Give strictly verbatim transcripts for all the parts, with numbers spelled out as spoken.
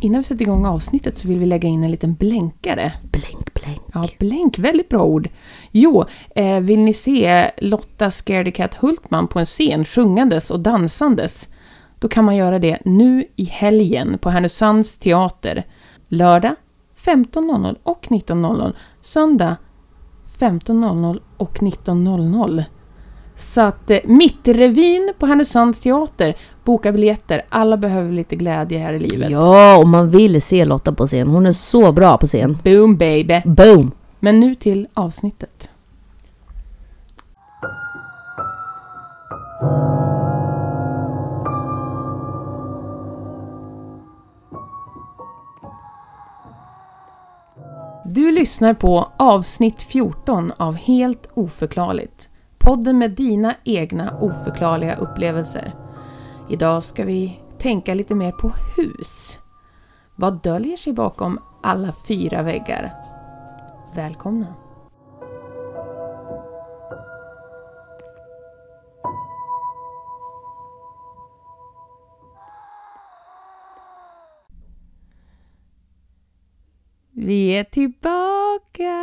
innan vi sätter igång avsnittet så vill vi lägga in en liten blänkare. Blänk, blänk. Ja, blänk. Väldigt bra ord. Jo, eh, vill ni se Lotta Scaredy Cat Hultman på en scen sjungandes och dansandes? Då kan man göra det nu i helgen på Härnösands teater. Lördag femton noll noll och nitton noll noll. Söndag femton noll noll och nitton noll noll. Så att eh, Mittrevyn på Härnösands teater. Boka biljetter. Alla behöver lite glädje här i livet. Ja, om man vill se Lotta på scen. Hon är så bra på scen. Boom baby. Boom. Men nu till avsnittet. Du lyssnar på avsnitt fjorton av Helt oförklarligt. Podden med dina egna oförklarliga upplevelser. Idag ska vi tänka lite mer på hus. Vad döljer sig bakom alla fyra väggar? Välkomna! Vi är tillbaka!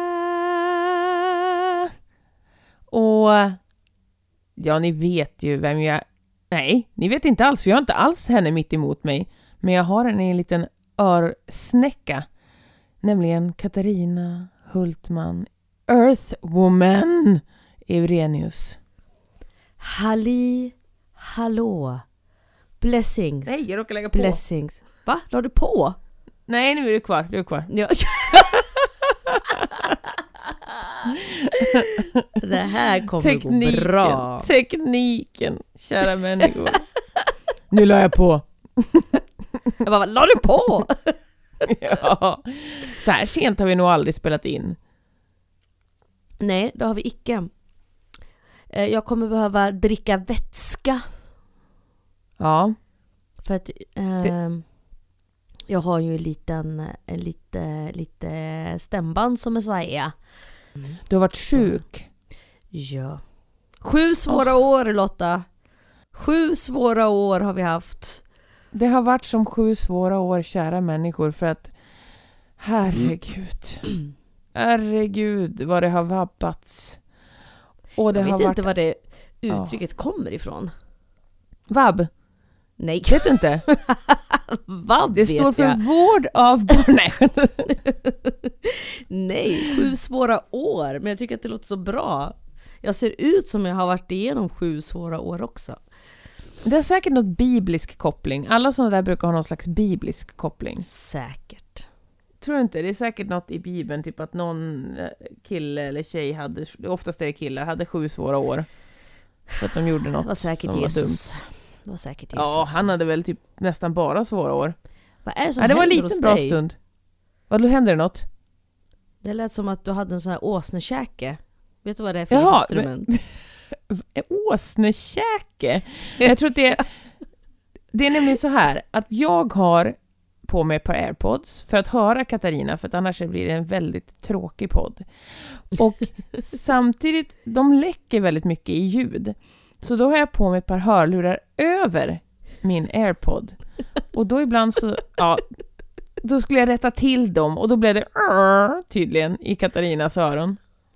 Och ja, ni vet ju vem jag... Nej, ni vet inte alls. Jag har inte alls henne mitt emot mig. Men jag har henne i en liten örsnäcka. Nämligen Katarina Hultman, Earthwoman Eurenius. Halli, hallå. Blessings. Nej, jag råkar lägga på. Blessings. Va? La du på? Nej, nu är du kvar. Du är kvar. Ja. Det här kommer tekniken, gå bra. Tekniken, kära människor. Nu la jag på. Jag bara, la du på? Ja. Så här sent har vi nog aldrig spelat in. Nej, det har vi icke. Jag kommer behöva dricka vätska. Ja. För att eh, det... jag har ju en liten en lite, lite stämband som är säga. Mm. Du har varit sjuk. Ja. Sju svåra oh. år, Lotta. Sju svåra år har vi haft. Det har varit som sju svåra år, kära människor, för att herregud. Herregud vad det har vabbats. Och det jag har vet varit... inte vad det uttrycket oh. kommer ifrån. Vabb? Nej. Vet du inte? Vabb det vet står för jag. vård av barn. Nej, sju svåra år. Men jag tycker att det låter så bra. Jag ser ut som jag har varit igenom sju svåra år också. Det är säkert något biblisk koppling. Alla sådana där brukar ha någon slags biblisk koppling. Säkert. Tror du inte? Det är säkert något i Bibeln. Typ att någon kille eller tjej hade, oftast är det killar, hade sju svåra år. För att de gjorde något. Det var säkert Jesus. Det var säkert Jesus. Ja, han hade väl typ nästan bara svåra år. Vad är det som ja, det var en händer liten hos bra dig? stund. Vad då händer det något? Det lät som att du hade en sån här åsnekäke. Vet du vad det är för Jaha, instrument? Men... åsnekäke? Jag tror att det är... Det är nämligen så här att jag har på mig ett par AirPods för att höra Katarina, för att annars blir det en väldigt tråkig podd. Och samtidigt, de läcker väldigt mycket i ljud. Så då har jag på mig ett par hörlurar över min AirPod. Och då ibland så, ja, då skulle jag rätta till dem. Och då blev det tydligen i Katarinas öron.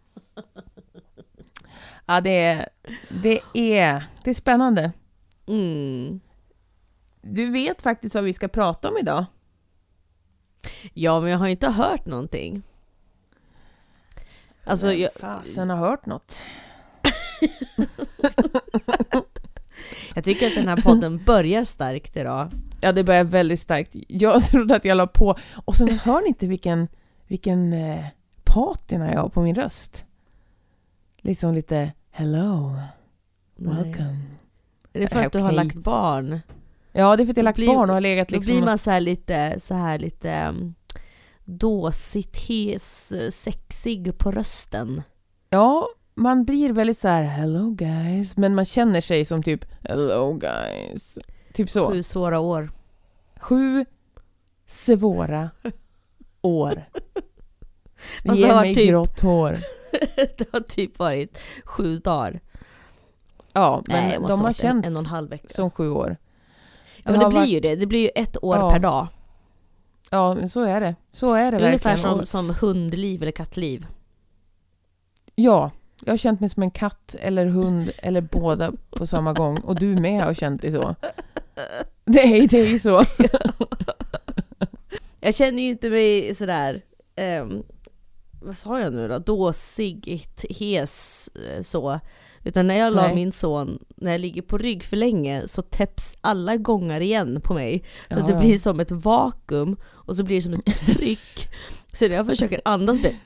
Ja, det är, det är, det är spännande. Mm. Du vet faktiskt vad vi ska prata om idag. Ja, men jag har inte hört någonting. Alltså, men jag... fasen har hört något. Jag tycker att den här podden börjar starkt idag. Ja, det börjar väldigt starkt. Jag trodde att jag la på. Och sen hör ni inte vilken, vilken eh, patina jag har på min röst. Liksom lite hello, welcome. Nej. Är det för att okay. du har lagt barn? Ja, det är för att jag har lagt blir, barn och har legat liksom... Då blir man så här lite, så här lite um, dåsigt, hes, sexig på rösten. Ja, man blir väldigt så här hello guys. Men man känner sig som typ hello guys. Typ så. Sju svåra år. Sju svåra år. Fast Ge det har mig typ, grått hår. Det har typ varit sju dagar. Ja, men Nej, de har känts en, en och en halv vecka. som sju år. Ja, men det blir varit... ju det. Det blir ju ett år ja. per dag. Ja, men så är det. Så är det Ungefär verkligen. som, Och- som hundliv eller kattliv. Ja, jag har känt mig som en katt eller hund eller båda på samma gång. Och du med har känt dig så. Nej, det är ju så. Jag känner ju inte mig sådär, ehm, vad sa jag nu då? Dåsigt, hes, eh, så. Utan när jag la Nej. min son, när jag ligger på rygg för länge, så täpps alla gångar igen på mig. Så Ja, att det ja. blir som ett vakuum och så blir det som ett tryck. Så när jag försöker andas blir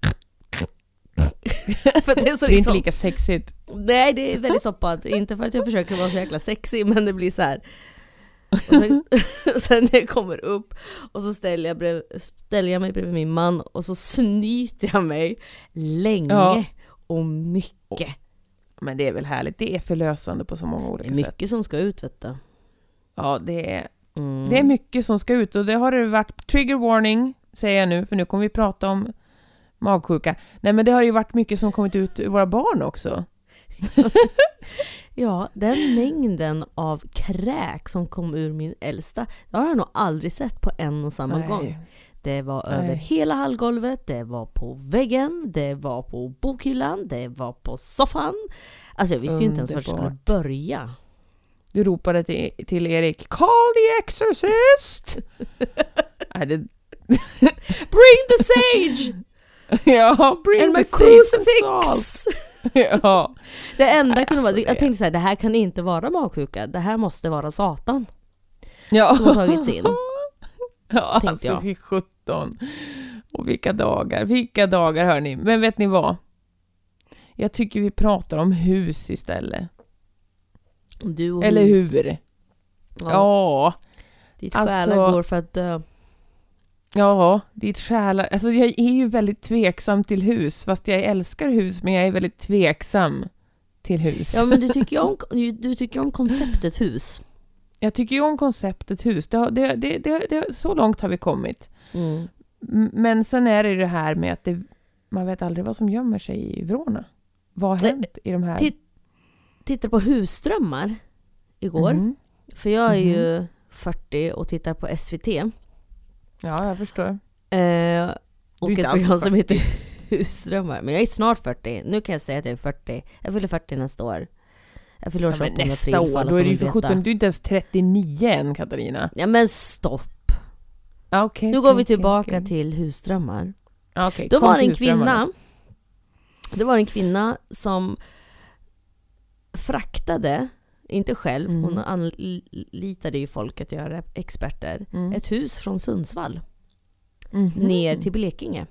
för att det är så Det är inte liksom, lika sexigt. nej, det är väldigt soppat. Inte för att jag försöker vara så jäkla sexig, men det blir så här. Och sen, sen när jag kommer upp och så ställer jag, brev, ställer jag mig bredvid min man och så snyter jag mig länge Ja. och mycket. Men det är väl härligt. Det är förlösande på så många Det olika är sätt. mycket som ska ut, vet du. Ja, det är, Mm. det är mycket som ska ut. Och det har det varit trigger warning, säger jag nu. För nu kommer vi prata om magsjuka. Nej, men det har ju varit mycket som kommit ut ur våra barn också. Ja, den mängden av kräk som kom ur min äldsta, det har jag nog aldrig sett på en och samma Nej. gång. Det var Nej. över hela hallgolvet, det var på väggen, det var på bokhyllan, det var på soffan. Alltså jag visste ju inte ens var det skulle Underbart. börja. Du ropade till, till Erik, call the exorcist! Nej, det, Bring the sage! ja, bring And my the safe crucifix! Ja. Det enda Nej, kunde vara, alltså jag det- tänkte så här, det här kan inte vara magsjuka, det här måste vara Satan Ja. som har tagits in. Ja, tänkte alltså jag. fy sjutton. Och vilka dagar, vilka dagar hör ni. Men vet ni vad? Jag tycker vi pratar om hus istället. Du och Eller hus. hur? Ja. Ja. Ditt alltså- själar går för att dö. Ja, ditt själar. Alltså jag är ju väldigt tveksam till hus. Fast jag älskar hus, men jag är väldigt tveksam till hus. Ja, men du tycker ju om, du tycker om konceptet hus. Jag tycker ju om konceptet hus. Det, har- det, det, det, det, så långt har vi kommit. Mm. M- Men sen är det ju det här med att det, man vet aldrig vad som gömmer sig i vrårna. Vad har hänt i de här... Titt- Tittade på husdrömmar igår. Mhm. För jag är Mhm. ju fyrtio och tittar på S V T. Ja, jag förstår. Eh, och inte ett alls program som fyrtio. heter Husdrömmar. Men jag är snart fyrtio. Nu kan jag säga att jag är fyrtio. Jag fyller fyrtio nästa år. Jag fyller år Ja, men tjugoåttonde nästa april för år, alla då är som det ju vill för veta. sjutton. Du är inte ens trettionio än, Katarina. Ja, men stopp. Ja, okej. Nu okej, går vi okej, tillbaka okej. till husdrömmar. Ja, okej, Då kom var det till en husdrömmarna. kvinna. Det var en kvinna som fraktade, inte själv, Mm. hon anlitade ju folk att göra experter, Mm. ett hus från Sundsvall Mhm. ner till Blekinge.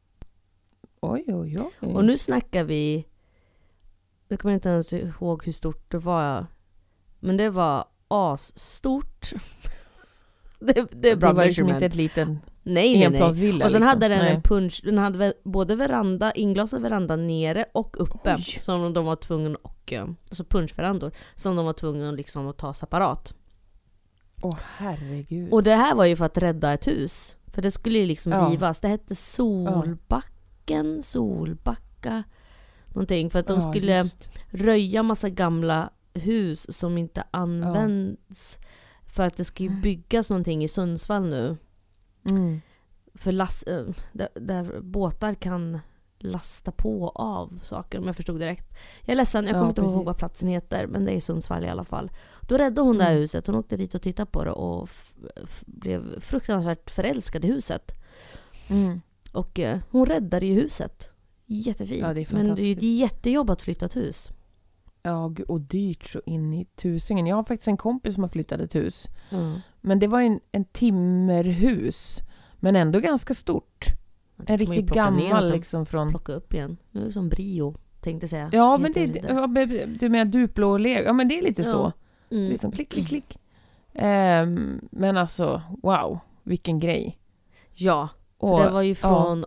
Oj, oj, oj. Och nu snackar vi, jag kommer inte ens ihåg hur stort det var, men det var asstort. det, det är bra det var liksom measurement. inte ett litet Nej, nej, nej. enplansvilla. Och sen liksom. hade den Nej. en punch, den hade väl både veranda, inglasad veranda nere och uppe, Oj. som de var tvungna och eh, alltså punchverandor som de var tvungna liksom att ta separat. Åh, herregud. Och det här var ju för att rädda ett hus, för det skulle ju liksom Ja. rivas. Det hette Solbacken, Solbacka någonting, för att de Ja, skulle just. röja massa gamla hus som inte används, för att det ska ju byggas någonting i Sundsvall nu. Mm. För last, äh, där, där båtar kan lasta på av saker, om jag förstod det rätt. Jag är ledsen, jag Ja, kommer inte ihåg precis. vad platsen heter, men det är i Sundsvall i alla fall. Då räddade hon det här Mm. huset. Hon åkte dit och tittade på det och f- f- blev fruktansvärt förälskad i huset. Mm. Och eh, hon räddade ju huset. Jättefint. Ja, det är men det är ju fantastiskt. ett jättejobb att flytta ett hus. Ja, gud, och dyrt så in i tusingen. Jag har faktiskt en kompis som har flyttat ett hus. Mm. Men det var en, en timmerhus. Men ändå ganska stort. Ja, det En kan man ju riktigt plocka ner och gammal sen liksom från... plocka upp igen. Det är som Brio, tänkte jag säga. Ja, men Heter det, inte. ja, men du menar Duplo och Lego. Ja, men det är lite Ja. så. Det är Mm. liksom klick, klick, klick. Ehm, men alltså, wow. Vilken grej. Ja, för Och, det var ju från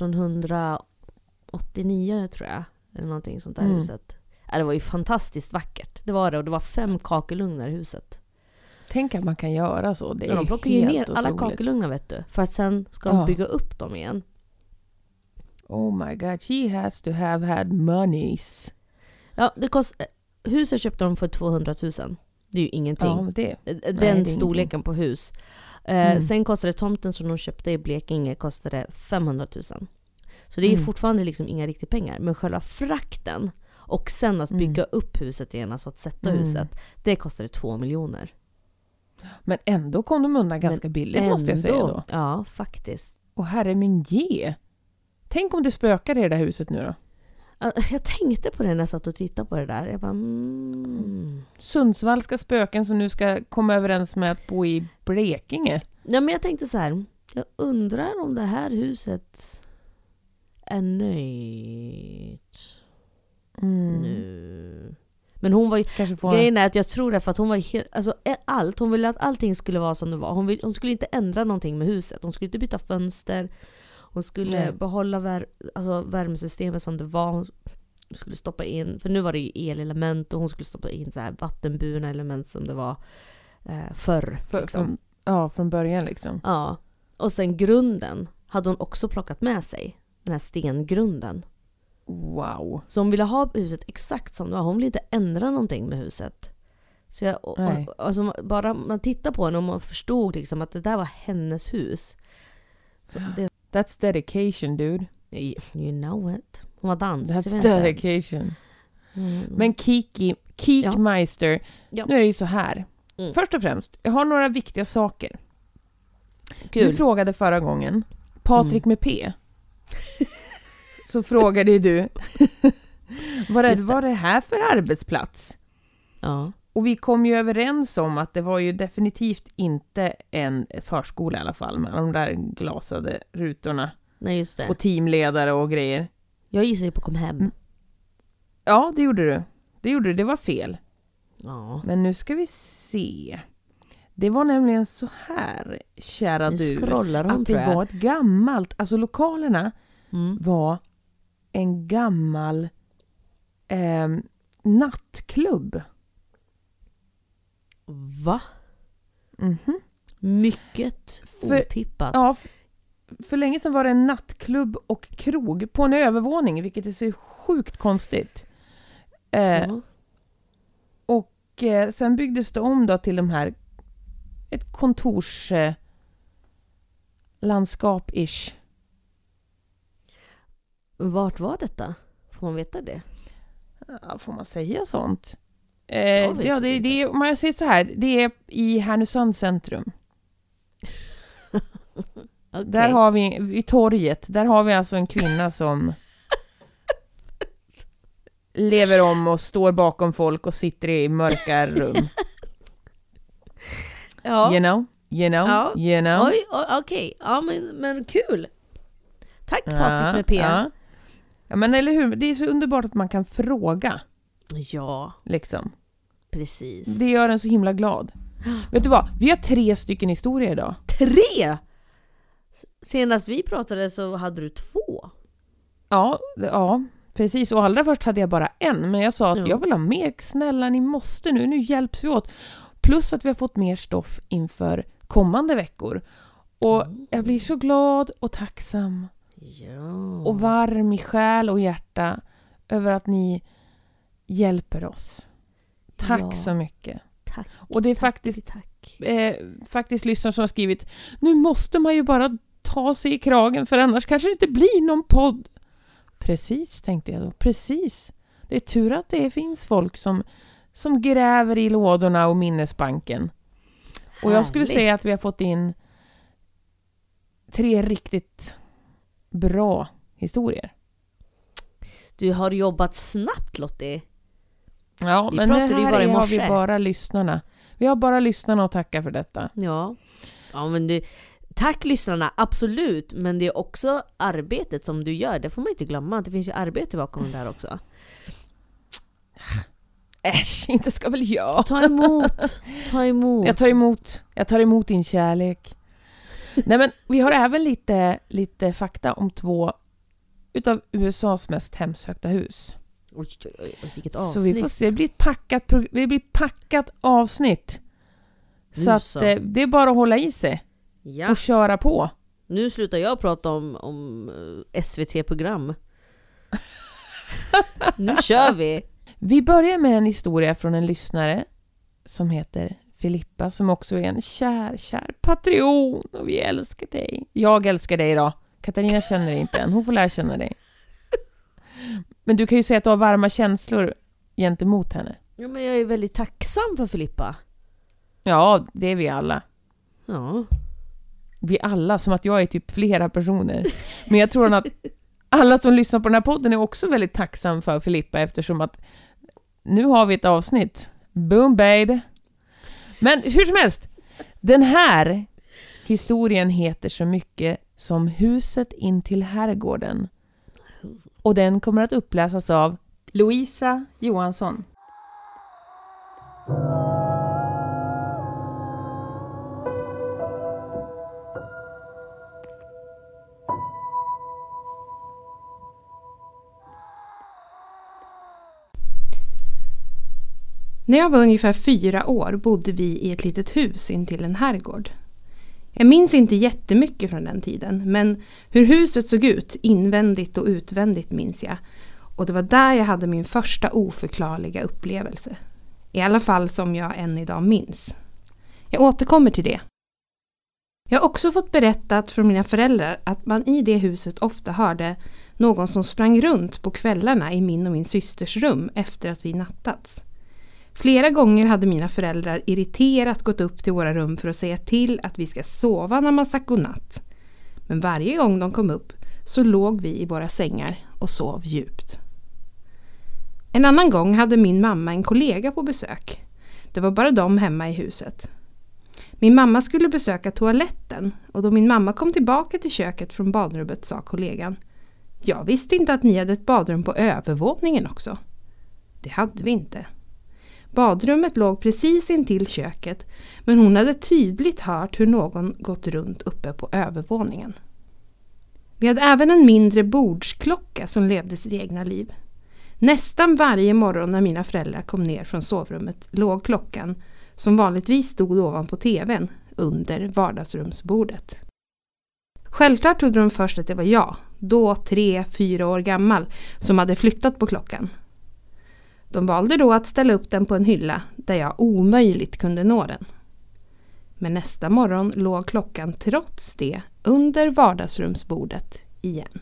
artonhundraåttionio tror jag. Eller någonting sånt där Mm. huset. Ja, det var ju fantastiskt vackert. Det var det, och det var fem kakelugnar i huset. tänk att man kan göra så. Det är Ja, de plockar ju helt ner alla otroligt. kakelugnar, vet du. För att sen ska de Ja. bygga upp dem igen. Oh my god, she has to have had monies. Ja, det kost, huset köpte de för tvåhundratusen. Det är ju ingenting. Ja, det, Den nej, det storleken på hus. Mm. Eh, sen kostade tomten som de köpte i Blekinge kostade femhundratusen. Så det är Mm. fortfarande liksom inga riktiga pengar. Men själva frakten och sen att bygga Mm. upp huset igen, alltså att sätta Mm. huset, det kostade två miljoner. Men ändå kom de undan ganska Men billigt måste jag säga då. Ja, faktiskt. Och herre min ge. Tänk om det spökar i det där huset nu då. Jag tänkte på det när jag satt och tittade på det där. Jag bara, mm. Sundsvallska spöken som nu ska komma överens med att bo i Blekinge. Ja, men jag tänkte så här. Jag undrar om det här huset är nöjt Mm. nu. Men hon var ju, Kanske får... grejen är att jag tror det för att hon var helt, alltså allt, hon ville att allting skulle vara som det var. Hon, vill, hon skulle inte ändra någonting med huset. Hon skulle inte byta fönster. Hon skulle Nej. behålla vär, alltså värmesystemet som det var. Hon skulle stoppa in, för nu var det ju elelement och hon skulle stoppa in så här vattenburna element som det var eh, förr. För, liksom. från, ja, från början liksom. Ja. Och sen grunden hade hon också plockat med sig. Den här stengrunden. Wow. Så hon ville ha huset exakt som det var. Hon ville inte ändra någonting med huset. Så jag, och, Nej. och, alltså, bara man tittar på henne och man förstod liksom att det där var hennes hus. Så det, That's dedication, dude. you know it. Hon var dansk. That's så jag vet inte. dedication. Mm. Men Kiki, Kikmeister, Ja. Ja. nu är det ju så här. Mm. Först och främst, jag har några viktiga saker. Kul. Du frågade förra gången, Patrik Mm. med P. Så frågade ju du, vad är, Just det. vad är det här för arbetsplats? Ja. Och vi kom ju överens om att det var ju definitivt inte en förskola i alla fall, med de där glasade rutorna Nej, just det. och teamledare och grejer. Jag gissar ju på kom hem. Mm. Ja, det gjorde du. Det gjorde du, det var fel. Ja. Men nu ska vi se. Det var nämligen så här, kära Nu du, scrollar hon, att det tror jag. var ett gammalt, alltså lokalerna Mm. var en gammal eh, nattklubb. Va? Mhm. Mycket För- otippat. Ja, f- för länge sedan var det en nattklubb och krog på en övervåning, vilket är så sjukt konstigt. Eh, Ja. och eh, sen byggdes det om då till de här ett kontors eh, landskap-ish. Vart var detta? Får man veta det? Ja, får man säga sånt? Eh, Jag vet ja, det, inte. det är, om jag säger så här, det är i Härnösand centrum. Okay. Där har vi, vid torget, där har vi alltså en kvinna som lever om och står bakom folk och sitter i mörka rum. Ja. You know? You know? Ja. You know? Oj, oj, okej. Ja, men, men kul. Tack Ja, Patrik med P. Ja. Ja, men eller hur? Det är så underbart att man kan fråga, Ja, liksom. precis. Det gör en så himla glad. Vet du vad? Vi har tre stycken historier idag. Tre! Senast vi pratade så hade du två. Ja, ja, precis. Och allra först hade jag bara en. Men jag sa att Ja. jag vill ha mer. Snälla, ni måste nu. Nu hjälps vi åt. Plus att vi har fått mer stoff inför kommande veckor. Och Mm. jag blir så glad och tacksam Ja. och varm i själ och hjärta över att ni hjälper oss. Tack Ja. så mycket. Tack. Och det är tack, faktiskt Tack. eh, faktiskt lyssnare som har skrivit, nu måste man ju bara ta sig i kragen för annars kanske det inte blir någon podd. Precis, tänkte jag då. Precis. Det är tur att det finns folk som, som gräver i lådorna och minnesbanken. Och jag skulle Härligt. säga att vi har fått in tre riktigt bra historier. Du har jobbat snabbt, Lottie. Ja, Vi men det pratade ju här bara i är, har morse. vi bara lyssnarna. Vi har bara lyssnarna att tacka för detta. Ja. Ja, men du, tack lyssnarna, absolut. Men det är också arbetet som du gör. Det får man inte glömma. Det finns ju arbete bakom det där också. Äsch, inte ska väl jag. Ta emot. Ta emot. Jag tar emot, jag tar emot din kärlek. Nej, men vi har även lite, lite fakta om två utav U S A:s mest hemsökta hus. Oj, oj, oj, vilket Så avsnitt. vi får se, det blir ett packat, prog- det blir packat avsnitt. Nu Så att så. eh, det är bara att hålla i sig Ja. och köra på. Nu slutar jag prata om, om eh, S V T-program. Nu kör vi. Vi börjar med en historia från en lyssnare som heter Filippa, som också är en kär, kär Patreon, och vi älskar dig. Jag älskar dig då. Katarina känner dig inte än. Hon får lära känna dig. Men du kan ju säga att du har varma känslor gentemot henne. Ja, men jag är väldigt tacksam för Filippa. Ja, det är vi alla. Ja. Vi alla, som att jag är typ flera personer. Men jag tror att alla som lyssnar på den här podden är också väldigt tacksam för Filippa, eftersom att nu har vi ett avsnitt. Boom babe. Men hur som helst, den här historien heter så mycket som Huset in till herrgården. Och den kommer att uppläsas av Louisa Johansson. När jag var ungefär fyra år bodde vi i ett litet hus intill en herrgård. Jag minns inte jättemycket från den tiden, men hur huset såg ut invändigt och utvändigt minns jag. Och det var där jag hade min första oförklarliga upplevelse. I alla fall som jag än idag minns. Jag återkommer till det. Jag har också fått berättat från mina föräldrar att man i det huset ofta hörde någon som sprang runt på kvällarna i min och min systers rum efter att vi nattats. Flera gånger hade mina föräldrar irriterat gått upp till våra rum för att säga till att vi ska sova när man sagt godnatt. Men varje gång de kom upp så låg vi i våra sängar och sov djupt. En annan gång hade min mamma en kollega på besök. Det var bara de hemma i huset. Min mamma skulle besöka toaletten och då min mamma kom tillbaka till köket från badrummet sa kollegan: "Jag visste inte att ni hade ett badrum på övervåningen också." Det hade vi inte. Badrummet låg precis intill köket, men hon hade tydligt hört hur någon gått runt uppe på övervåningen. Vi hade även en mindre bordsklocka som levde sitt egna liv. Nästan varje morgon när mina föräldrar kom ner från sovrummet låg klockan, som vanligtvis stod ovanpå tvn, under vardagsrumsbordet. Självklart trodde de först att det var jag, då tre, fyra år gammal, som hade flyttat på klockan. De valde då att ställa upp den på en hylla där jag omöjligt kunde nå den. Men nästa morgon låg klockan trots det under vardagsrumsbordet igen.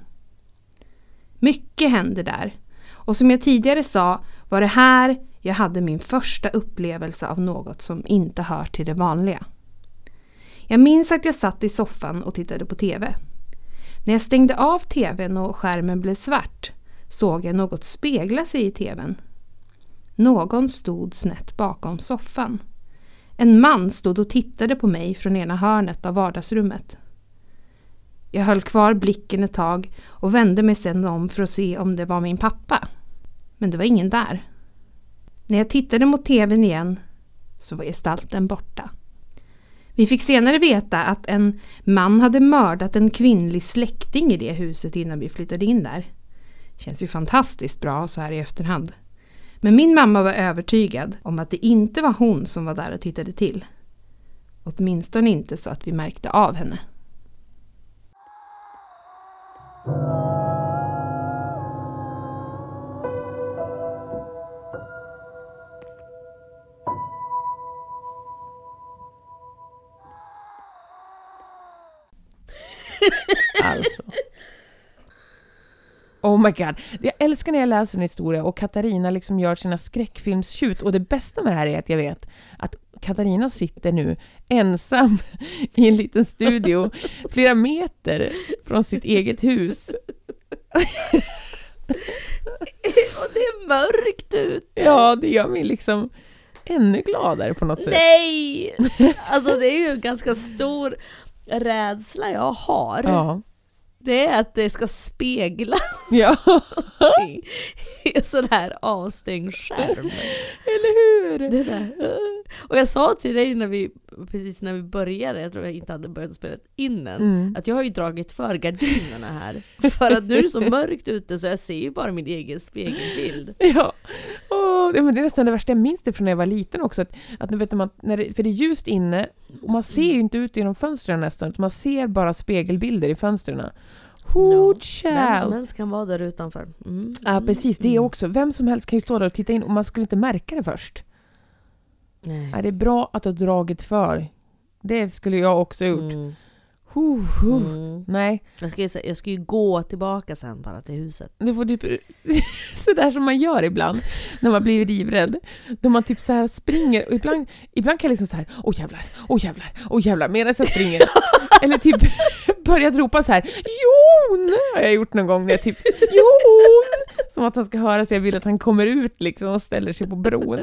Mycket hände där, och som jag tidigare sa var det här jag hade min första upplevelse av något som inte hör till det vanliga. Jag minns att jag satt i soffan och tittade på tv. När jag stängde av tvn och skärmen blev svart såg jag något spegla sig i tvn. Någon stod snett bakom soffan. En man stod och tittade på mig från ena hörnet av vardagsrummet. Jag höll kvar blicken ett tag och vände mig sedan om för att se om det var min pappa. Men det var ingen där. När jag tittade mot tvn igen så var gestalten borta. Vi fick senare veta att en man hade mördat en kvinnlig släkting i det huset innan vi flyttade in där. Känns ju fantastiskt bra så här i efterhand. Men min mamma var övertygad om att det inte var hon som var där och tittade till. Åtminstone inte så att vi märkte av henne. Alltså. Oh my god. Jag älskar när jag läser en historia och Katarina liksom gör sina skräckfilmstjut. Och det bästa med det här är att jag vet att Katarina sitter nu ensam i en liten studio flera meter från sitt eget hus. Och det är mörkt ute. Ja, det gör mig liksom ännu gladare på något sätt. Nej! Alltså det är ju en ganska stor rädsla jag har. Ja. Det är att det ska speglas Ja. i en sån här avstängd skärm. Eller hur? Det är så här, uh. Och jag sa till dig när vi, precis när vi började, jag tror jag inte hade börjat spela in än, mm. att jag har ju dragit för gardinerna här. För att nu är det så mörkt ute så jag ser ju bara min egen spegelbild. Ja, oh, det är nästan det värsta jag minns det från när jag var liten också. Att, att nu vet man, när det, för det är ljust inne och man ser ju inte ut genom fönstren nästan. Man ser bara spegelbilder i fönstren. No. Vem som helst kan vara där utanför. Mm. Ja, precis. Det är också. Vem som helst kan ju stå där och titta in och man skulle inte märka det först. Nej. Är det bra att du har dragit för? Det skulle jag också ha gjort. Mm. Huh, huh. Mm. Nej. Jag ska, ju, sä- jag ska ju gå tillbaka sen bara till huset. Du får typ sådär som man gör ibland när man blir livrädd. Då man typ så här springer och ibland, ibland kan jag liksom så här, åh jävlar, åh jävlar, åh jävlar, medan jag springer. Eller typ börjat ropa så här, Jon! Har jag gjort någon gång när jag typ, Jon! Som att han ska höra så jag vill att han kommer ut liksom och ställer sig på bron.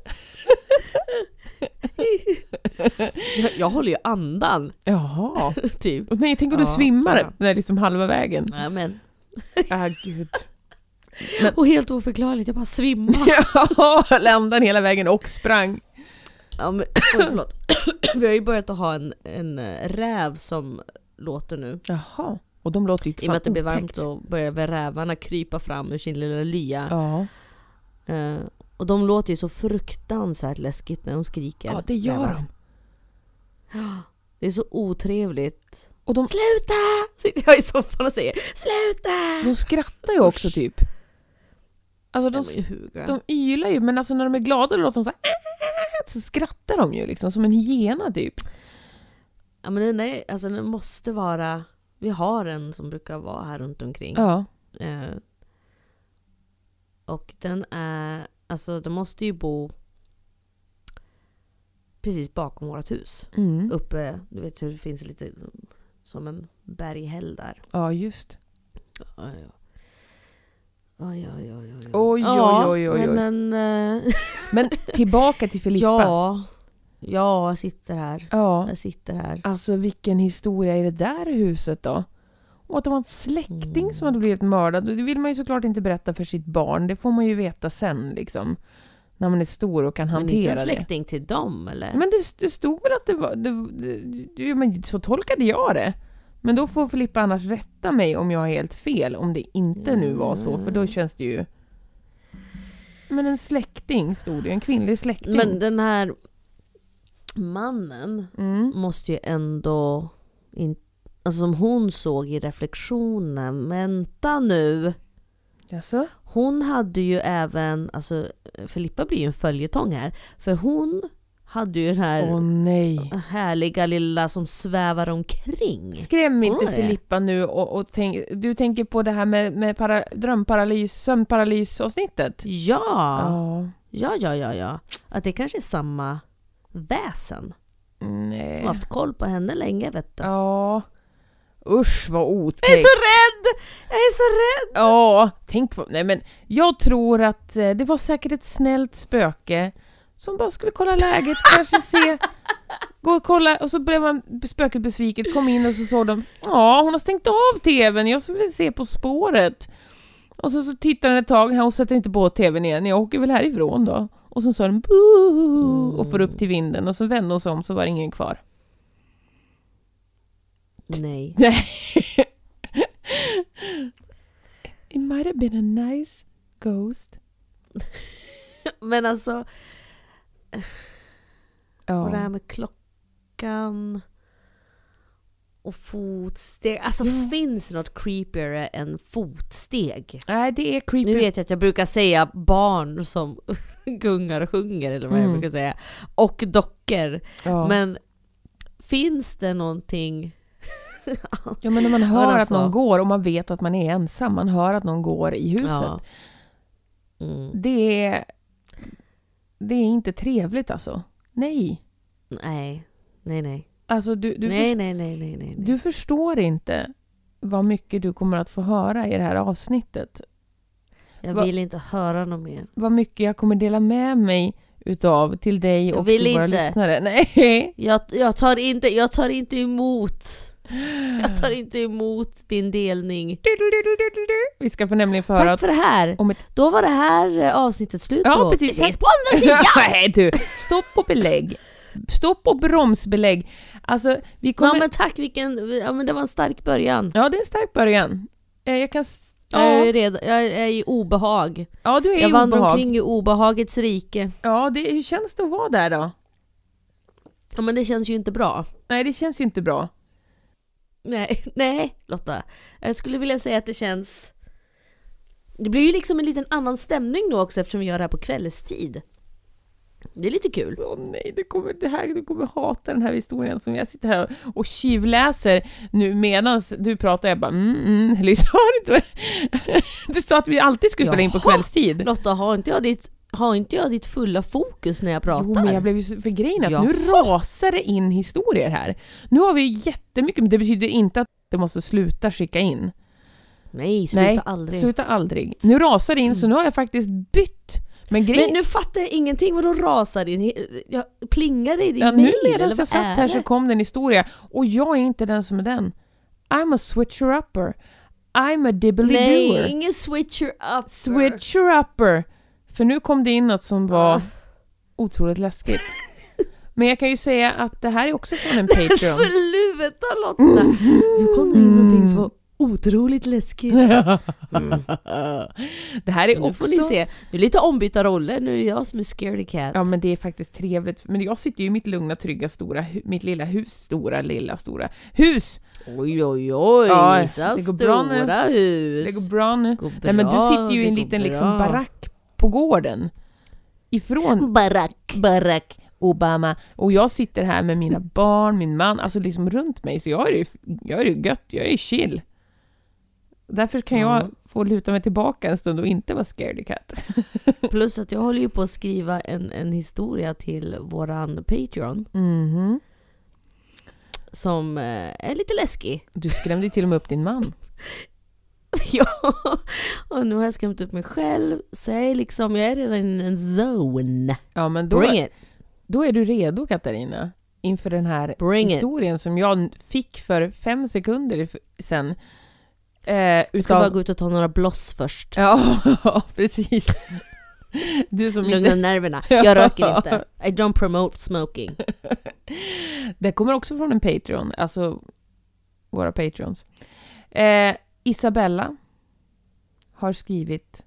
Jag, jag håller ju andan. Jaha. Typ. Och nej, tänk om Ja, du svimmar ja. när det är liksom halva vägen. Ja, men. Ah, gud. Och helt oförklarligt, jag bara svimmar. Ja, landade hela vägen och sprang. Ja, men, oj, förlåt. Vi har ju börjat att ha en, en eh, räv som låter nu. Jaha. Och de låter ju I och med att det blir varmt otäckt. och börjar väl rävarna krypa fram ur sin lilla lya. Ja. Eh, och de låter ju så fruktansvärt läskigt när de skriker. Ja, det gör rävar. de. Det är så otrevligt. Och de, Sluta! Sitter jag i soffan och säger sluta! de skrattar ju också typ. Alltså de, De, de, de ylar ju, men alltså när de är glada då låter de så här, så skrattar de ju liksom som en hyena typ. ja, men den, är, alltså, den måste vara... Vi har en som brukar vara här runt omkring. Ja. Eh, och den är... Alltså, den måste ju bo precis bakom vårt hus. Mm. Uppe, du vet hur det finns lite som en berghäll där. Ja, just. Oj, oj, oj, oj, oj, oj. Oj, Ja, oj, oj, oj, oj. Men, men, eh, Men tillbaka till Filippa. ja, ja, jag sitter här. Ja. Jag sitter här. Alltså vilken historia i det där huset då? Och att det var en släkting Mm. som hade blivit mördad. Det vill man ju såklart inte berätta för sitt barn. Det får man ju veta sen liksom. När man är stor och kan Men inte hantera en det. släkting till dem, eller? Men det, det stod väl att det var... Det, det, det, men så tolkade jag det. Men då får Filippa annars rätta mig om jag har helt fel. Om det inte nu var så. För då känns det ju... Men en släkting stod det. En kvinnlig släkting. Men den här mannen Mm. måste ju ändå... In, alltså som hon såg i reflektionen. Vänta nu. Jaså? Hon hade ju även... Alltså, Filippa blir ju en följetong här. För hon hade ju den här... Åh nej. härliga lilla som svävar omkring. Skräm inte Var det? Filippa nu och, och tänk, du tänker på det här med, med para, drömparalys, sömnparalysavsnittet? Ja. Ja. ja, ja, ja, ja. Att det kanske är samma väsen Nej. som har haft koll på henne länge, vet du. Ja. Usch vad otäckt. Jag är så rädd! Jag är så rädd! Ja, tänk på... Nej men, jag tror att eh, det var säkert ett snällt spöke som bara skulle kolla läget, kanske se... Gå och kolla, och så blev man spöket besviket, kom in och så såg de, ja, hon har stängt av tvn, jag skulle se På spåret. Och så, så tittar den ett tag, hon sätter inte på tvn igen, jag åker väl härifrån då. Och så sa den boo och får upp till vinden och så vände hon sig om så var ingen kvar. Nej. Nej. It might have been a nice ghost. Men alltså, Ja. och det här med klockan och fotsteg. Alltså Ja. finns det något creepigare än fotsteg? Nej, det är creepy. Nu vet jag att jag brukar säga barn som gungar och sjunger, eller vad Mm. jag brukar säga. Och dockor. Ja. Men finns det någonting... ja, men när man hör alltså- att någon går och man vet att man är ensam, man hör att någon går i huset. Ja. Mm. Det är det är inte trevligt alltså. Nej. Nej, nej, nej. Alltså du du, nej, för, nej, nej, nej, nej. du förstår inte vad mycket du kommer att få höra i det här avsnittet. Jag Va- vill inte höra något mer. Vad mycket jag kommer dela med mig utav till dig Jag och vill till våra inte. lyssnare. Nej. Jag, jag, tar inte, jag tar inte emot. Jag tar inte emot din delning. Vi ska få nämligen få höra Tack att för det här. om ett... Då var det här eh, avsnittet slut Ja, då. precis. Vi ses på andra sidan! Nej, du. Stopp och belägg. Stopp och bromsbelägg. Alltså, vi kommer... Ja, men tack, vilken, ja, men det var en stark början. Ja, det är en stark början. Eh, Jag kan... s- Jag Ja, är, redan, jag är i obehag. ja du är Jag i vandrar obehag. omkring i obehagets rike. Ja, det, hur känns det att vara där då? Ja, men det känns ju inte bra. Nej, det känns ju inte bra. Nej, nej Lotta. Jag skulle vilja säga att det känns... Det blir ju liksom en liten annan stämning nu också eftersom vi gör det här på kvällstid. Det är lite kul. Åh nej, det kommer, det här, du kommer hata den här historien som jag sitter här och, och tjuvläser nu medan du pratar. Jag bara, mm, mm, liksom, det sa att vi alltid skulle spela in på kvällstid. Lotta, har inte jag ditt, har inte jag ditt fulla fokus när jag pratar? Jo, men jag blev ju för grejen att Ja. nu rasar det in historier här. Nu har vi jättemycket, men det betyder inte att det måste sluta skicka in. Nej, sluta Nej, aldrig. sluta aldrig. Nu rasar det in, så nu har jag faktiskt bytt. Men, grej... Men nu fattar jag ingenting. Vadå rasar din? Jag plingar i din ja, mail? nu medan eller jag vad satt är här det? så kom det en historia. Och jag är inte den som är den. I'm a switcher-upper. I'm a dibbly-doer. Nej, ingen switcher-upper. Switcher-upper. För nu kom det in något som var Ah. otroligt läskigt. Men jag kan ju säga att det här är också från en Patreon. Sluta Lotta! Du kom in någonting som var otroligt läskigt. Mm. Det här är Nu också... får ni se. Nu är lite ombytta roller. Nu är det jag som är scaredy cat. Ja, men det är faktiskt trevligt. Men jag sitter ju i mitt lugna, trygga, stora hu- mitt lilla hus. Stora, lilla, stora hus. Oj, oj, oj. Ja, Så det går bra nu. stora hus. Det går bra nu. Går Nej, men du bra, sitter ju i en det går liten bra. liksom barack på gården. Ifrån Barack. Barack Obama. Och jag sitter här med mina barn, min man, alltså liksom runt mig. Så jag är ju, jag är ju gött, jag är chill. Därför kan jag Mm. få luta mig tillbaka en stund och inte vara scaredy cat. Plus att jag håller ju på att skriva en, en historia till våran Patreon. Mhm. Som eh, är lite läskig. Du skrämde ju till och med upp din man. Ja, och nu har jag skrämt upp mig själv. Säg liksom, jag är redan i en zone. Ja, men då, Bring it. då är du redo, Katarina, inför den här Bring it. historien som jag fick för fem sekunder sen. Eh, Jag ska utav... bara gå ut och ta några bloss först. Ja, precis. Du som Lugna inte... nerverna. Jag röker inte. I don't promote smoking. Det kommer också från en Patreon, alltså våra Patreons. Eh, Isabella har skrivit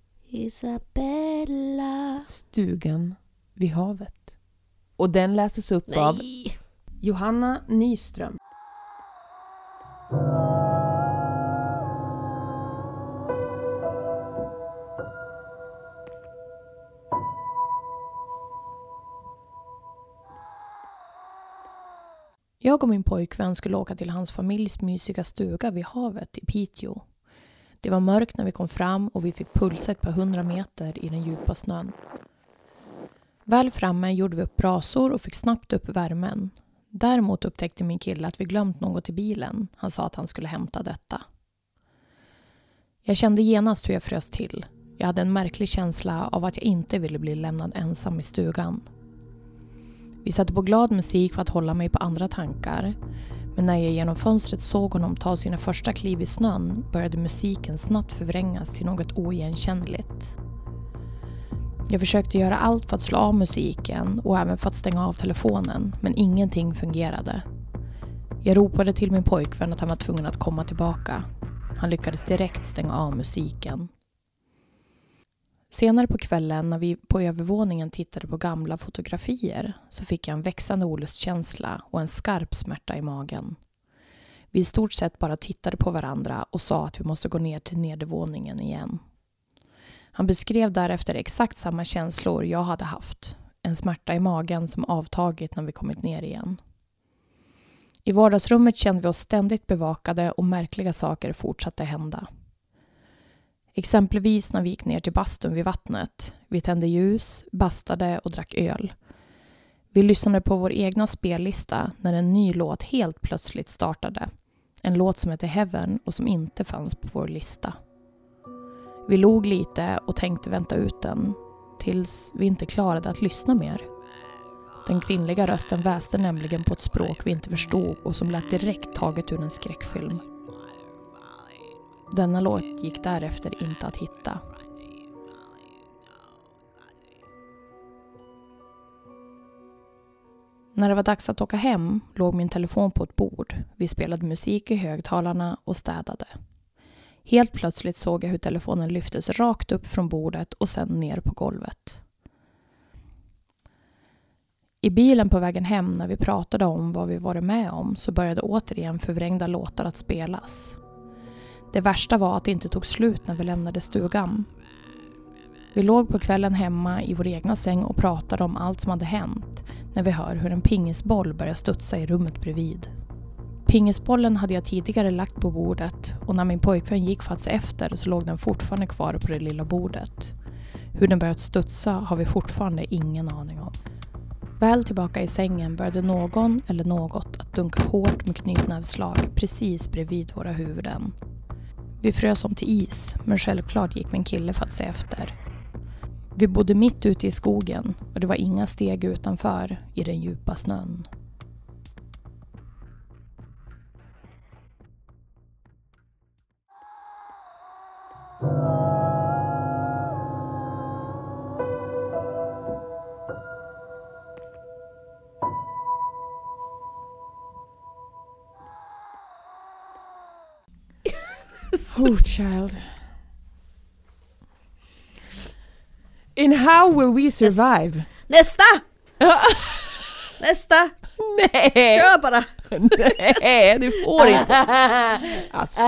Isabella. Stugan vid havet. Och den läses upp av Nej. Johanna Nyström. Jag och min pojkvän skulle åka till hans familjs mysiga stuga vid havet i Piteå. Det var mörkt när vi kom fram och vi fick pulsa ett par hundra meter i den djupa snön. Väl framme gjorde vi upp brasor och fick snabbt upp värmen. Däremot upptäckte min kille att vi glömt något i bilen. Han sa att han skulle hämta detta. Jag kände genast hur jag frös till. Jag hade en märklig känsla av att jag inte ville bli lämnad ensam i stugan. Vi satte på glad musik för att hålla mig på andra tankar. Men när jag genom fönstret såg honom ta sina första kliv i snön började musiken snabbt förvrängas till något oigenkännligt. Jag försökte göra allt för att slå av musiken och även för att stänga av telefonen, men ingenting fungerade. Jag ropade till min pojkvän att han var tvungen att komma tillbaka. Han lyckades direkt stänga av musiken. Senare på kvällen när vi på övervåningen tittade på gamla fotografier så fick jag en växande olustkänsla och en skarp smärta i magen. Vi i stort sett bara tittade på varandra och sa att vi måste gå ner till nedervåningen igen. Han beskrev därefter exakt samma känslor jag hade haft. En smärta i magen som avtagit när vi kommit ner igen. I vardagsrummet kände vi oss ständigt bevakade och märkliga saker fortsatte hända. Exempelvis när vi gick ner till bastun vid vattnet. Vi tände ljus, bastade och drack öl. Vi lyssnade på vår egna spellista när en ny låt helt plötsligt startade. En låt som heter Heaven och som inte fanns på vår lista. Vi log lite och tänkte vänta ut den tills vi inte klarade att lyssna mer. Den kvinnliga rösten väste nämligen på ett språk vi inte förstod och som lät direkt taget ur en skräckfilm. Denna låt gick därefter inte att hitta. När det var dags att åka hem låg min telefon på ett bord. Vi spelade musik i högtalarna och städade. Helt plötsligt såg jag hur telefonen lyftes rakt upp från bordet och sen ner på golvet. I bilen på vägen hem när vi pratade om vad vi varit med om så började återigen förvrängda låtar att spelas. Det värsta var att det inte tog slut när vi lämnade stugan. Vi låg på kvällen hemma i vår egna säng och pratade om allt som hade hänt när vi hör hur en pingisboll börjar studsa i rummet bredvid. Pingisbollen hade jag tidigare lagt på bordet och när min pojkvän gick för att se efter så låg den fortfarande kvar på det lilla bordet. Hur den börjat studsa har vi fortfarande ingen aning om. Väl tillbaka i sängen började någon eller något att dunka hårt med knytnävsslag precis bredvid våra huvuden. Vi frös som till is, men självklart gick min kille för att se efter. Vi bodde mitt ute i skogen och det var inga steg utanför i den djupa snön. Oh child. In how will we survive? Nästa! Nästa! Nej! Kör bara! Nej, du får inte. Alltså,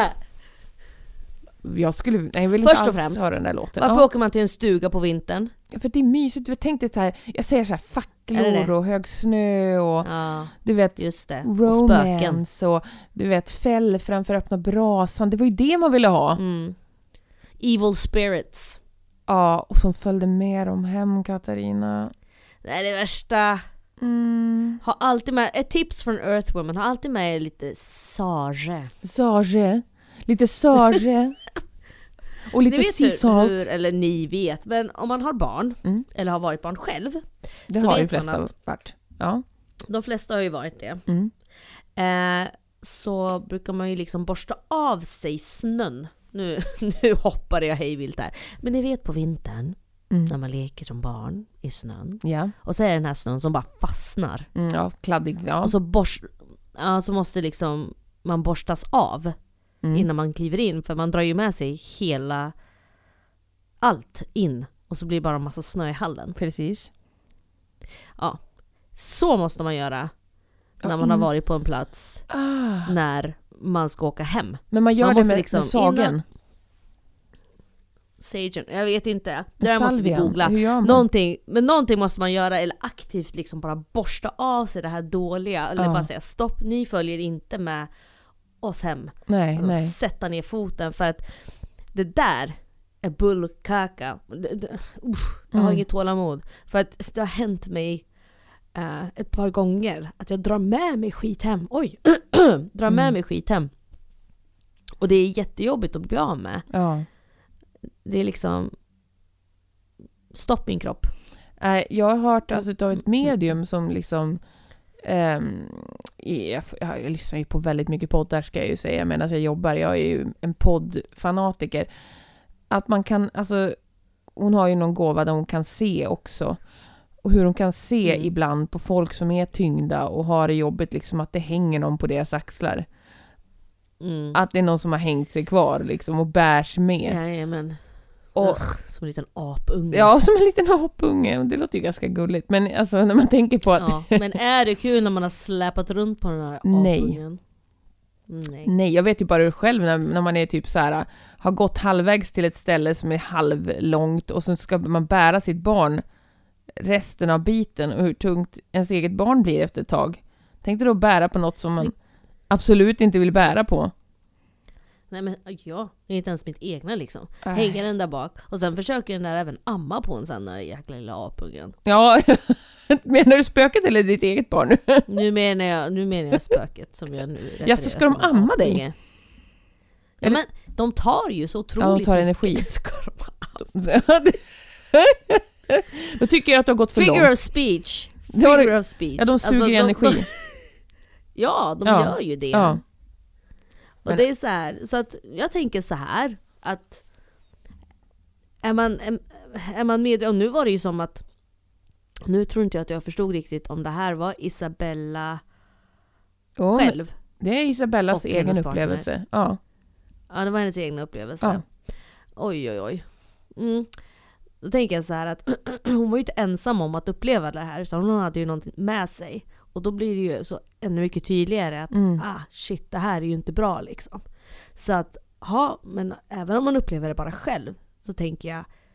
jag skulle, nej, jag vill Först inte och alls främst, höra den där låten. Varför Ja. åker man till en stuga på vintern? För det är mysigt, du vet, tänk dig så här, jag säger så här facklor Är det det? och hög snö och Ja, du vet just det. Och spöken. romance och du vet fäll framför öppna brasan. Det var ju det man ville ha. Mm. Evil spirits. Ja, och som följde med dem hem, Katarina. Det är det värsta. Mm. Ha alltid med, ett tips från Earthwoman, ha alltid med er lite sage. Sage. Lite sage. Och lite Ni vet sea hur, salt. hur, eller ni vet, men om man har barn, Mm. eller har varit barn själv, Det så har ju vet man flesta att- varit. Ja. de flesta har ju varit det, Mm. eh, så brukar man ju liksom borsta av sig snön. Nu, nu hoppar jag hejvilt här. Men ni vet på vintern, Mm. när man leker som barn i snön, Ja. och så är det den här snön som bara fastnar. Mm, ja, kladdig. Ja. Och så, borst, ja, så måste liksom man borstas av Mm. innan man kliver in, för man drar ju med sig hela allt in och så blir det bara en massa snö i hallen. Precis. Ja. Så måste man göra när Ja, man har in- varit på en plats Ah. när man ska åka hem. Men man gör Man det måste med, liksom med sagen. innan- Sagen, jag vet inte. Det där Med måste vi salvian. googla. Hur gör man? Någonting, men någonting måste man göra, eller aktivt liksom bara borsta av sig det här dåliga. Eller Ja. bara säga stopp, ni följer inte med oss hem. Nej, Alltså, nej. sätta ner foten, för att det där är bullkaka. Det- det- usch, jag har Mm. inget tålamod. För att det har hänt mig eh, ett par gånger att jag drar med mig skit hem. Oj! drar med Mm. mig skit hem. Och det är jättejobbigt att bli av med. Ja. Det är liksom stopp min kropp. Nej, jag har hört alltså, av ett medium som liksom ehm, i- jag, jag lyssnar ju på väldigt mycket poddar, ska jag ju säga, medan jag jobbar. Jag är ju en poddfanatiker. Att man kan, alltså hon har ju någon gåva där hon kan se också. Och hur hon kan se Mm. ibland på folk som är tyngda och har det jobbigt, liksom att det hänger någon på deras axlar. Mm. Att det är någon som har hängt sig kvar liksom och bärs med. Jajamän. Och, Ugh, som en liten apunge. ja, som en liten apunge. Det låter ju ganska gulligt. Men alltså när man tänker på att... Ja, men är det kul när man har släpat runt på den här Nej. apungen? Nej. Nej, jag vet ju bara hur själv när, när man är typ så här, har gått halvvägs till ett ställe som är halvlångt och så ska man bära sitt barn resten av biten och hur tungt ens eget barn blir efter ett tag. Tänk dig då bära på något som man absolut inte vill bära på. Nej men ja, det är inte ens mitt egna liksom. Äh. Hänger den där bak och sen försöker den där även amma på en sån där jäkla lilla apungen. Ja, menar du spöket eller ditt eget barn nu? Nu menar jag, nu menar jag spöket som jag nu refererar Ja, så ska de som en amma dig? apunge. Ja, Eller- men de tar ju så otroligt Ja, de tar mycket. energi. Ska de Då tycker jag att du har gått för Figure långt. of speech. Det var det- Figure of speech. Ja, de suger Alltså, energi. De, ja, de Ja. gör ju det. Ja. Och Men- det är så här, så att jag tänker så här att är man, är, är man med, och nu var det ju som att nu tror inte jag att jag förstod riktigt om det här var Isabella Jo, men själv. det är Isabellas Och egen hennes partner. upplevelse. Ja. Ja, det var hennes egna upplevelse. Ja. Oj, oj, oj. Mm. Då tänker jag så här att hon var ju inte ensam om att uppleva det här, utan hon hade ju någonting med sig. Och då blir det ju så ännu mycket tydligare att Mm. ah, shit, det här är ju inte bra liksom. Så att, ja, men även om man upplever det bara själv så tänker jag,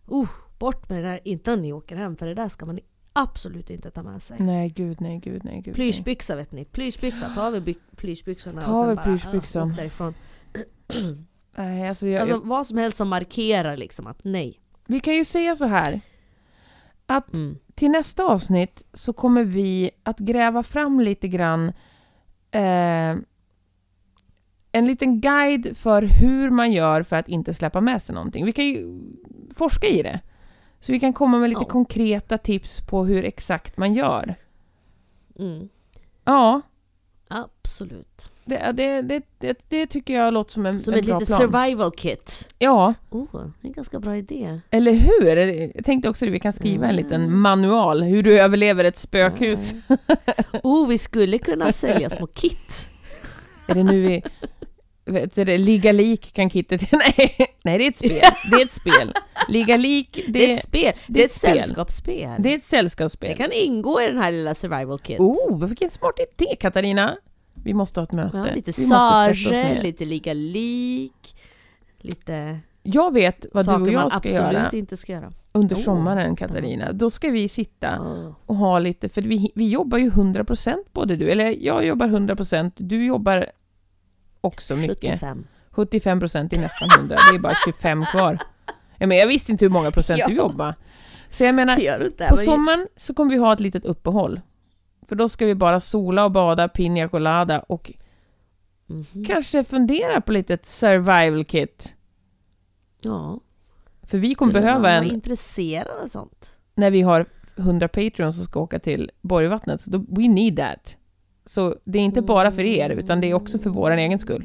Uh, bort med det där innan ni åker hem, för det där ska man absolut inte ta med sig. Nej, gud, nej, gud, nej, gud. Plyschbyxa vet ni. Plyschbyxa, tar vi by- plyschbyxorna Ta och sen väl bara plyschbyxan. uh, åk därifrån. Nej, alltså, jag, Alltså jag, vad som helst som markerar liksom att nej. vi kan ju säga så här. Att Mm. till nästa avsnitt så kommer vi att gräva fram lite grann eh, en liten guide för hur man gör för att inte släppa med sig någonting. Vi kan ju forska i det. Så vi kan komma med lite Ja. konkreta tips på hur exakt man gör. Mm. Ja, Absolut. det, det, det, det, det tycker jag låter som en, Som en ett bra litet plan. survival kit. Ja, Oh, det är en ganska bra idé. eller hur? Jag tänkte också att vi kan skriva en Mm. liten manual hur du överlever ett spökhus. Oh, vi skulle kunna sälja små kit. Är det nu vi... Vet du, det, Ligga lik kan kittet... Nej, nej, det är ett spel. Det är ett spel. Ligga lik, det, Det är ett spel. Det är ett spel. sällskapsspel. Det är ett sällskapsspel. Det kan ingå i den här lilla survival kit. Oh, vilken smart idé, Katarina. Vi måste ha ett möte. Ja, lite Vi måste sätta oss sage, ner. lite ligga lik, lite Jag vet vad du saker och jag man ska absolut göra inte ska göra. under Oh, sommaren, spännande. Katarina. Då ska vi sitta Oh. och ha lite... För vi, vi jobbar ju hundra procent både du. Eller jag jobbar hundra procent. Du jobbar också mycket. sjuttiofem. sjuttiofem procent är nästan hundra. Det är bara tjugofem kvar. Ja, men jag visste inte hur många procent Ja. du jobbar. Så jag menar, Gör du inte? på Men- sommaren så kommer vi ha ett litet uppehåll. För då ska vi bara sola och bada, piña colada och Mhm. kanske fundera på lite ett survival kit. Ja. För vi kommer Skulle behöva man en vara intresserad av sånt. när vi har hundra Patreons som ska åka till Borgvattnet. Så då, we need that. Så det är inte bara för er, utan det är också för vår egen skull.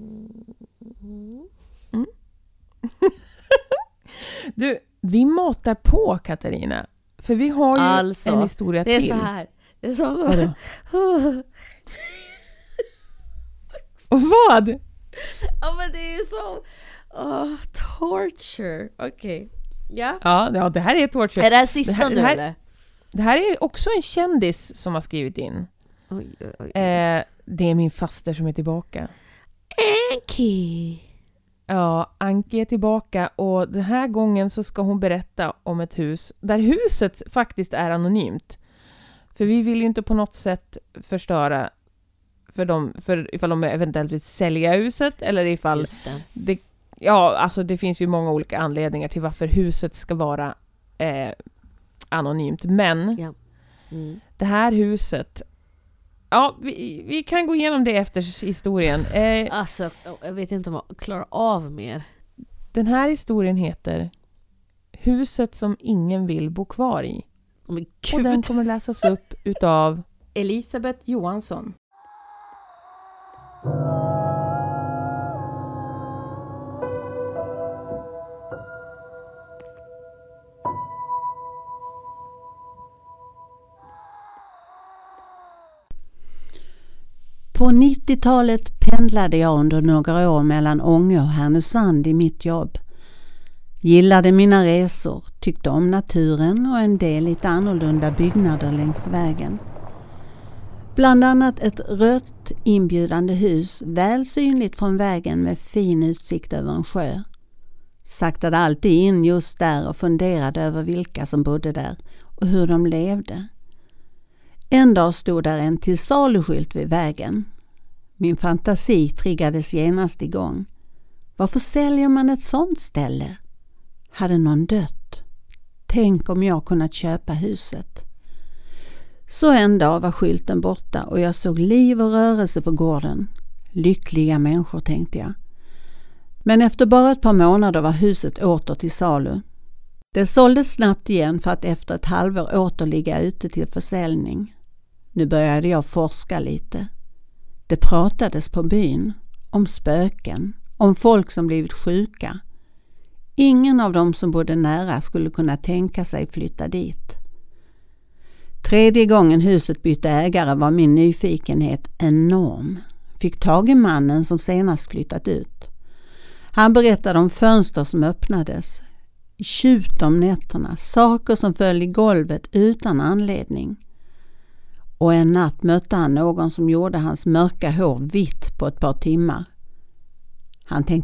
Mm. Du, vi matar på, Katarina. För vi har ju Alltså, en historia Det är till. så här. Det är så Vadå? Och vad? Ja, men det är så oh, torture. Okej. Ja. Ja, ja, det här är ett torture. Är det här sista Det här- nu det här- eller? Det här är också en kändis som har skrivit in. Oj, oj, oj. Eh, det är min faster som är tillbaka. Anki. Ja, Anki är tillbaka och den här gången så ska hon berätta om ett hus där huset faktiskt är anonymt. För vi vill ju inte på något sätt förstöra för dem, för ifall de eventuellt vill sälja huset eller ifall Just det. det, ja, alltså det finns ju många olika anledningar till varför huset ska vara eh, anonymt. Men Ja. Mm. det här huset, ja, vi, vi kan gå igenom det efter historien. Eh, Alltså, jag vet inte om jag klarar av mer. Den här historien heter Huset som ingen vill bo kvar i. Oh, men Och den gud. kommer läsas upp utav Elisabeth Johansson. På nittiotalet pendlade jag under några år mellan Ånge och Härnösand i mitt jobb. Gillade mina resor, tyckte om naturen och en del lite annorlunda byggnader längs vägen. Bland annat ett rött inbjudande hus, väl synligt från vägen med fin utsikt över en sjö. Saktade alltid in just där och funderade över vilka som bodde där och hur de levde. En dag stod där en till saluskylt vid vägen. Min fantasi triggades genast igång. Varför säljer man ett sånt ställe? Hade någon dött? Tänk om jag kunnat köpa huset. Så en dag var skylten borta och jag såg liv och rörelse på gården. Lyckliga människor, tänkte jag. Men efter bara ett par månader var huset åter till salu. Det såldes snabbt igen för att efter ett halvår åter ligga ute till försäljning. Nu började jag forska lite. Det pratades på byn om spöken, om folk som blivit sjuka. Ingen av dem som bodde nära skulle kunna tänka sig flytta dit. Tredje gången huset bytte ägare var min nyfikenhet enorm. Fick tag i mannen som senast flyttat ut. Han berättade om fönster som öppnades, tjut om nätterna, saker som föll i golvet utan anledning. Och en natt mötte han någon som gjorde hans mörka hår vitt på ett par timmar. Han tänkte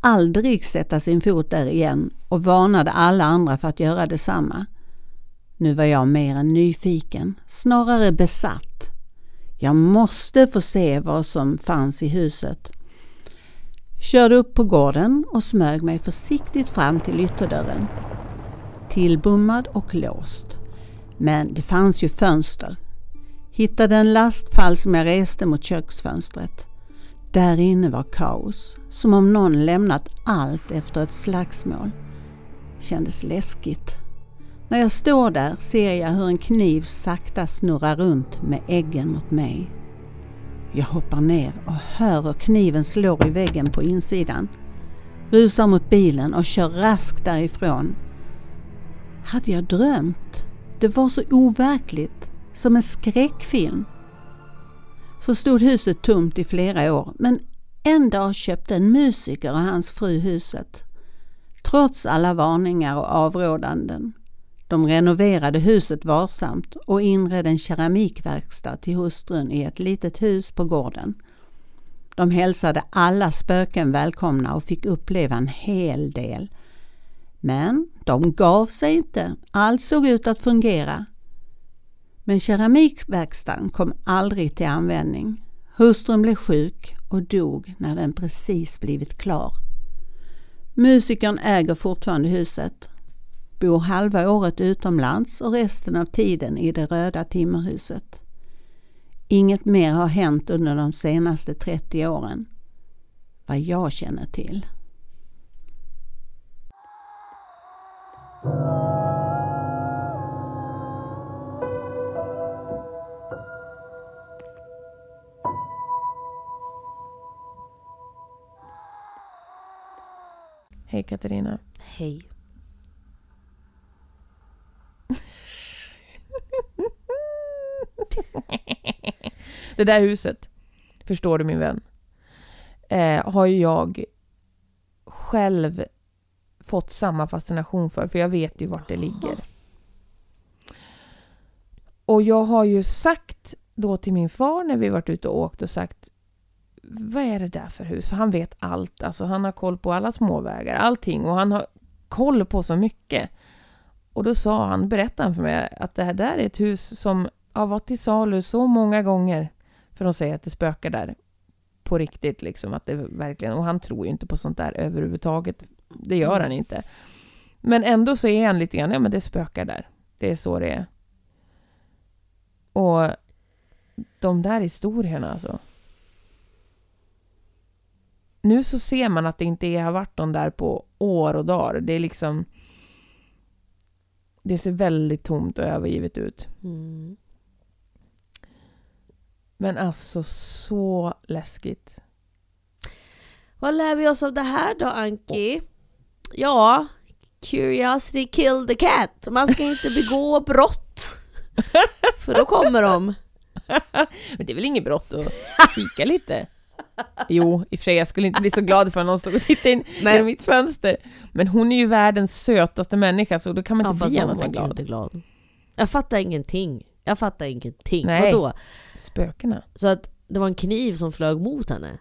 aldrig sätta sin fot där igen och varnade alla andra för att göra detsamma. Nu var jag mer än nyfiken, snarare besatt. Jag måste få se vad som fanns i huset. Körde upp på gården och smög mig försiktigt fram till ytterdörren. Tillbommad och låst. Men det fanns ju fönster. Hittade en lastpall som jag reste mot köksfönstret. Där inne var kaos, som om någon lämnat allt efter ett slagsmål. Kändes läskigt. När jag står där ser jag hur en kniv sakta snurrar runt med äggen mot mig. Jag hoppar ner och hör hur kniven slår i väggen på insidan. Rusar mot bilen och kör raskt därifrån. Hade jag drömt? Det var så overkligt, som en skräckfilm. Så stod huset tomt i flera år, men en dag köpte en musiker och hans fru huset. Trots alla varningar och avrådanden. De renoverade huset varsamt och inredde en keramikverkstad till hustrun i ett litet hus på gården. De hälsade alla spöken välkomna och fick uppleva en hel del. Men de gav sig inte. Allt såg ut att fungera. Men keramikverkstaden kom aldrig till användning. Hustrun blev sjuk och dog när den precis blivit klar. Musikern äger fortfarande huset. Bor halva året utomlands och resten av tiden i det röda timmerhuset. Inget mer har hänt under de senaste trettio åren. Vad jag känner till. Hej Katarina. Hej. Det där huset, förstår du min vän, eh, har ju jag själv fått samma fascination för, för jag vet ju vart det ligger. Och jag har ju sagt då till min far när vi varit ute och åkt och sagt, vad är det där för hus? För han vet allt, alltså han har koll på alla småvägar, allting, och han har koll på så mycket. Och då sa han, berättade han för mig att det här där är ett hus som har varit till salu så många gånger. För de säger att det spökar där på riktigt liksom, att det verkligen, och han tror ju inte på sånt där överhuvudtaget. Det gör han inte. Men ändå så är han lite grann, ja men det spökar där. Det är så det är. Och de där historierna alltså. Nu så ser man att det inte har varit de där på år och dagar. Det är liksom, det ser väldigt tomt och övergivet ut. Mm. Men alltså så läskigt. Vad lär vi oss av det här då, Anki? Ja, curiosity killed the cat. Man ska inte begå brott. För då kommer de. Men det är väl inget brott att kika lite? Jo, i och för sig, jag skulle inte bli så glad för att någon stod och tittade in genom mitt fönster. Men hon är ju världens sötaste människa, så då kan man inte ja, bli annat glad. glad. Jag fattar ingenting. Jag fattar ingenting. Nej. Vadå? Spökena. Så att det var en kniv som flög mot henne?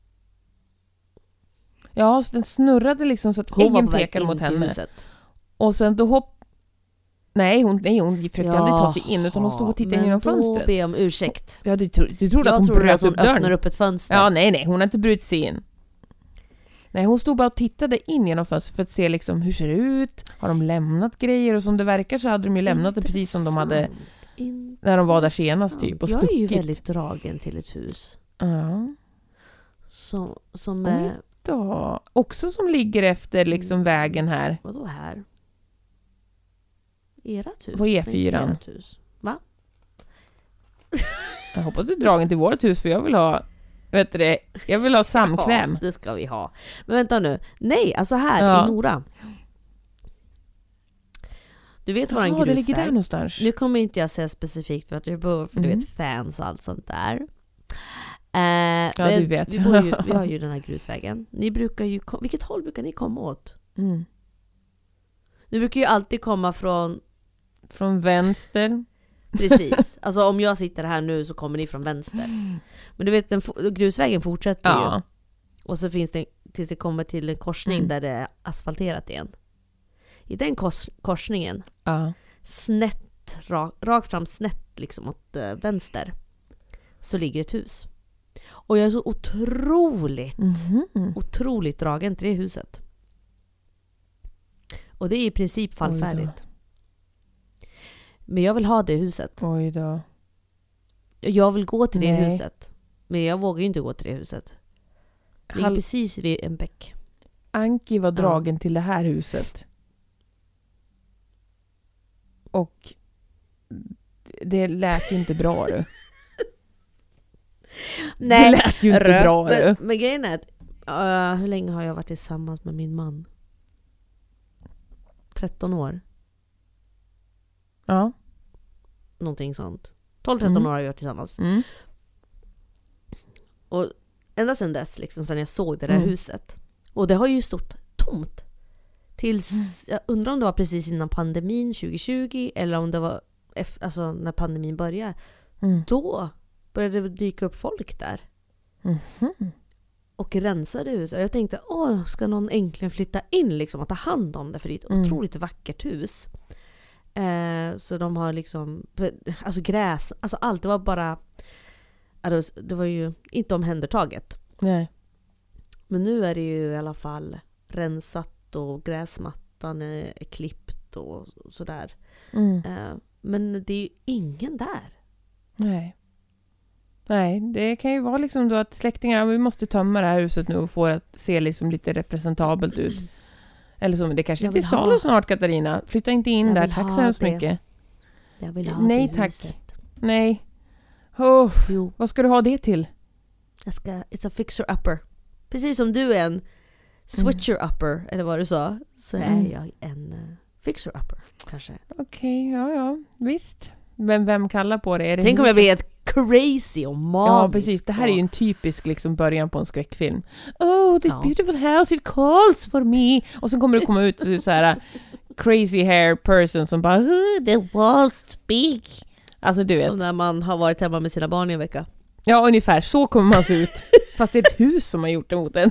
Ja, så den snurrade liksom så att hon ingen pekade mot henne. Huset. Och sen då hopp... Nej, hon, nej, hon försökte ja, aldrig ta sig in, utan hon stod och tittade in genom fönstret. Men då be om ursäkt. Ja, du, tro, du trodde jag att hon trodde bröt att hon upp dörren. öppnar upp ett fönster. Ja, nej, nej, hon har inte brutit sig in. Nej, hon stod bara och tittade in genom fönstret för att se liksom, hur ser det ut? Har de lämnat grejer? Och som det verkar så hade de ju lämnat det precis som de hade Intressant. När de var där senast typ. Och jag stuckit. är ju väldigt dragen till ett hus. Ja. Som, som är... Då. Också som ligger efter liksom mm. vägen här. Vadå här? Erat hus? På E fyra. Nej, hus. Va? Jag hoppas du är dragen till vårt hus, för jag vill ha, vet du det, jag vill ha samkväm. Ja, det ska vi ha. Men vänta nu. Nej, alltså här ja. i Nora. Du vet våran ja, grusväg. Det ligger där någonstans. Nu kommer inte jag säga specifikt vart jag bor, för mm. du vet fans och allt sånt där. Eh, ja, du vet. Vi, bor ju, vi har ju den här grusvägen. Ni brukar ju, vilket håll brukar ni komma åt? Mm. Ni brukar ju alltid komma från... Från vänster. Precis. Alltså om jag sitter här nu så kommer ni från vänster. Men du vet, den, grusvägen fortsätter ja. ju. Och så finns det tills det kommer till en korsning Mm. där det är asfalterat igen. I den kors, korsningen, Ja. snett, rak, rakt fram snett liksom åt uh, vänster, så ligger ett hus. Och jag är så otroligt, Mhm. otroligt dragen till det huset. Och det är i princip fallfärdigt. Men jag vill ha det huset. Oj då. Jag vill gå till det Nej. huset. Men jag vågar ju inte gå till det huset. Det ligger Hall- precis vid en bäck. Anki var dragen till det här huset. Och det lät ju inte bra du. Det lät ju inte röp, bra du. men, men grejen är att uh, hur länge har jag varit tillsammans med min man? tretton år. Ja. Någonting sånt. tolv tretton Mm. år har vi varit tillsammans. Mm. Och ända sedan dess, liksom, sen jag såg det där Mm. huset. Och det har ju stått tomt. Tills, jag undrar om det var precis innan pandemin tjugo tjugo eller om det var efter, alltså när pandemin började. Mm. Då började det dyka upp folk där. Mhm. Och rensade huset. Jag tänkte, åh, ska någon äntligen flytta in liksom, och ta hand om det? För det är ett Mm. otroligt vackert hus. Eh, så de har liksom, alltså gräs, alltså allt, det var bara, alltså, det var ju inte omhändertaget. Nej. Men nu är det ju i alla fall rensat och gräsmattan är, är klippt och sådär. Mm. Eh, men det är ju ingen där. Nej. Nej, det kan ju vara liksom då att släktingar, vi måste tömma det här huset nu och få det att se liksom lite representabelt ut. Eller så, men det kanske Jag inte är vill salu ha- snart, Katarina. Flytta inte in Jag där, vill tack så ha hemskt det. mycket. Jag vill ha Nej, det tack. huset. Nej. Oh, Jo, vad ska du ha det till? jag ska, it's a fixer-upper. Precis som du är en switcher-upper, eller vad du sa, så är Mm. jag en uh, fixer-upper, kanske. Okej, ja, ja, visst. Vem, vem kallar på det? Är det Tänk om jag huset? blir helt crazy och magisk. Ja, precis. Det här är ju en typisk liksom, början på en skräckfilm. Oh, this Ja. beautiful house, it calls for me. Och så kommer det komma ut så, så här crazy hair person som bara oh, the walls speak. Alltså du vet. Som när man har varit hemma med sina barn i en vecka. Ja, ungefär så kommer man se ut. Fast det är ett hus som har gjort det mot en.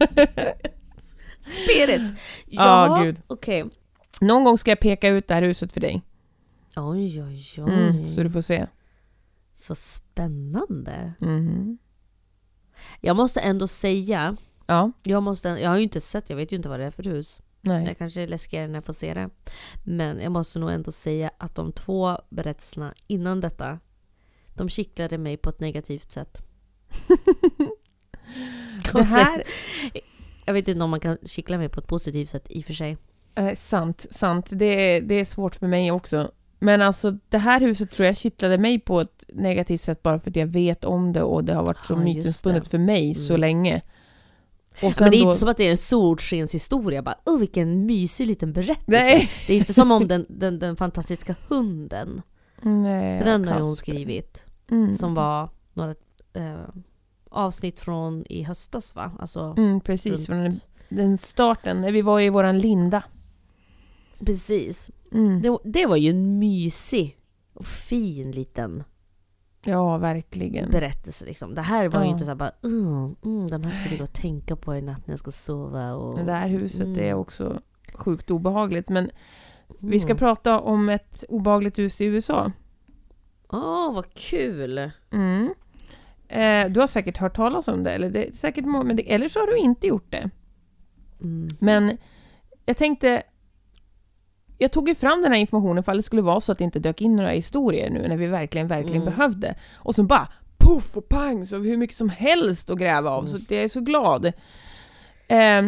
Spirits! Ja, Ja, gud. okej. Någon gång ska jag peka ut det här huset för dig. Oj, oj, oj. Mm, så du får se. Så spännande. Mhm. Jag måste ändå säga, Ja, jag, måste, jag har ju inte sett, jag vet ju inte vad det är för hus. nej. Jag kanske är läskigare när jag får se det. Men jag måste nog ändå säga att de två berättelserna innan detta, de kittlade mig på ett negativt sätt. Det här Jag vet inte om man kan kittla mig på ett positivt sätt i och för sig. är sant, sant. Det är, det är svårt för mig också. Men alltså det här huset tror jag kittlade mig på ett negativt sätt bara för att jag vet om det och det har varit så Ja, just mytomspunnet det. för mig så Mm. länge. Och sen Men det är då, inte som att det är en solskenshistoria. Bara, oh, vilken mysig liten berättelse. nej. Det är inte som om den, den, den fantastiska hunden. nej, För den har hon kast. skrivit. Mm. Som var några eh, avsnitt från i höstas, va? Alltså, Mm, precis, runt- från den, den starten när vi var i våran Linda. precis. Mm. Det, det var ju en mysig och fin liten Ja, verkligen. berättelse. Liksom. Det här var ju Ja. inte så här bara, mm, mm, den här ska jag gå och tänka på i natt när jag ska sova. Och, Men det här huset Mm. är också sjukt obehagligt. Men vi ska Mm. prata om ett obehagligt hus i U S A. Åh, vad kul! Mm. Eh, du har säkert hört talas om det, eller, det är säkert, må- men det, eller så har du inte gjort det. Mm. Men jag tänkte, jag tog ju fram den här informationen för att det skulle vara så att det inte dök in några historier nu när vi verkligen, verkligen Mm. behövde. Och så bara puff och pang, så hur mycket som helst att gräva av. Mm. Så jag är så glad. Eh,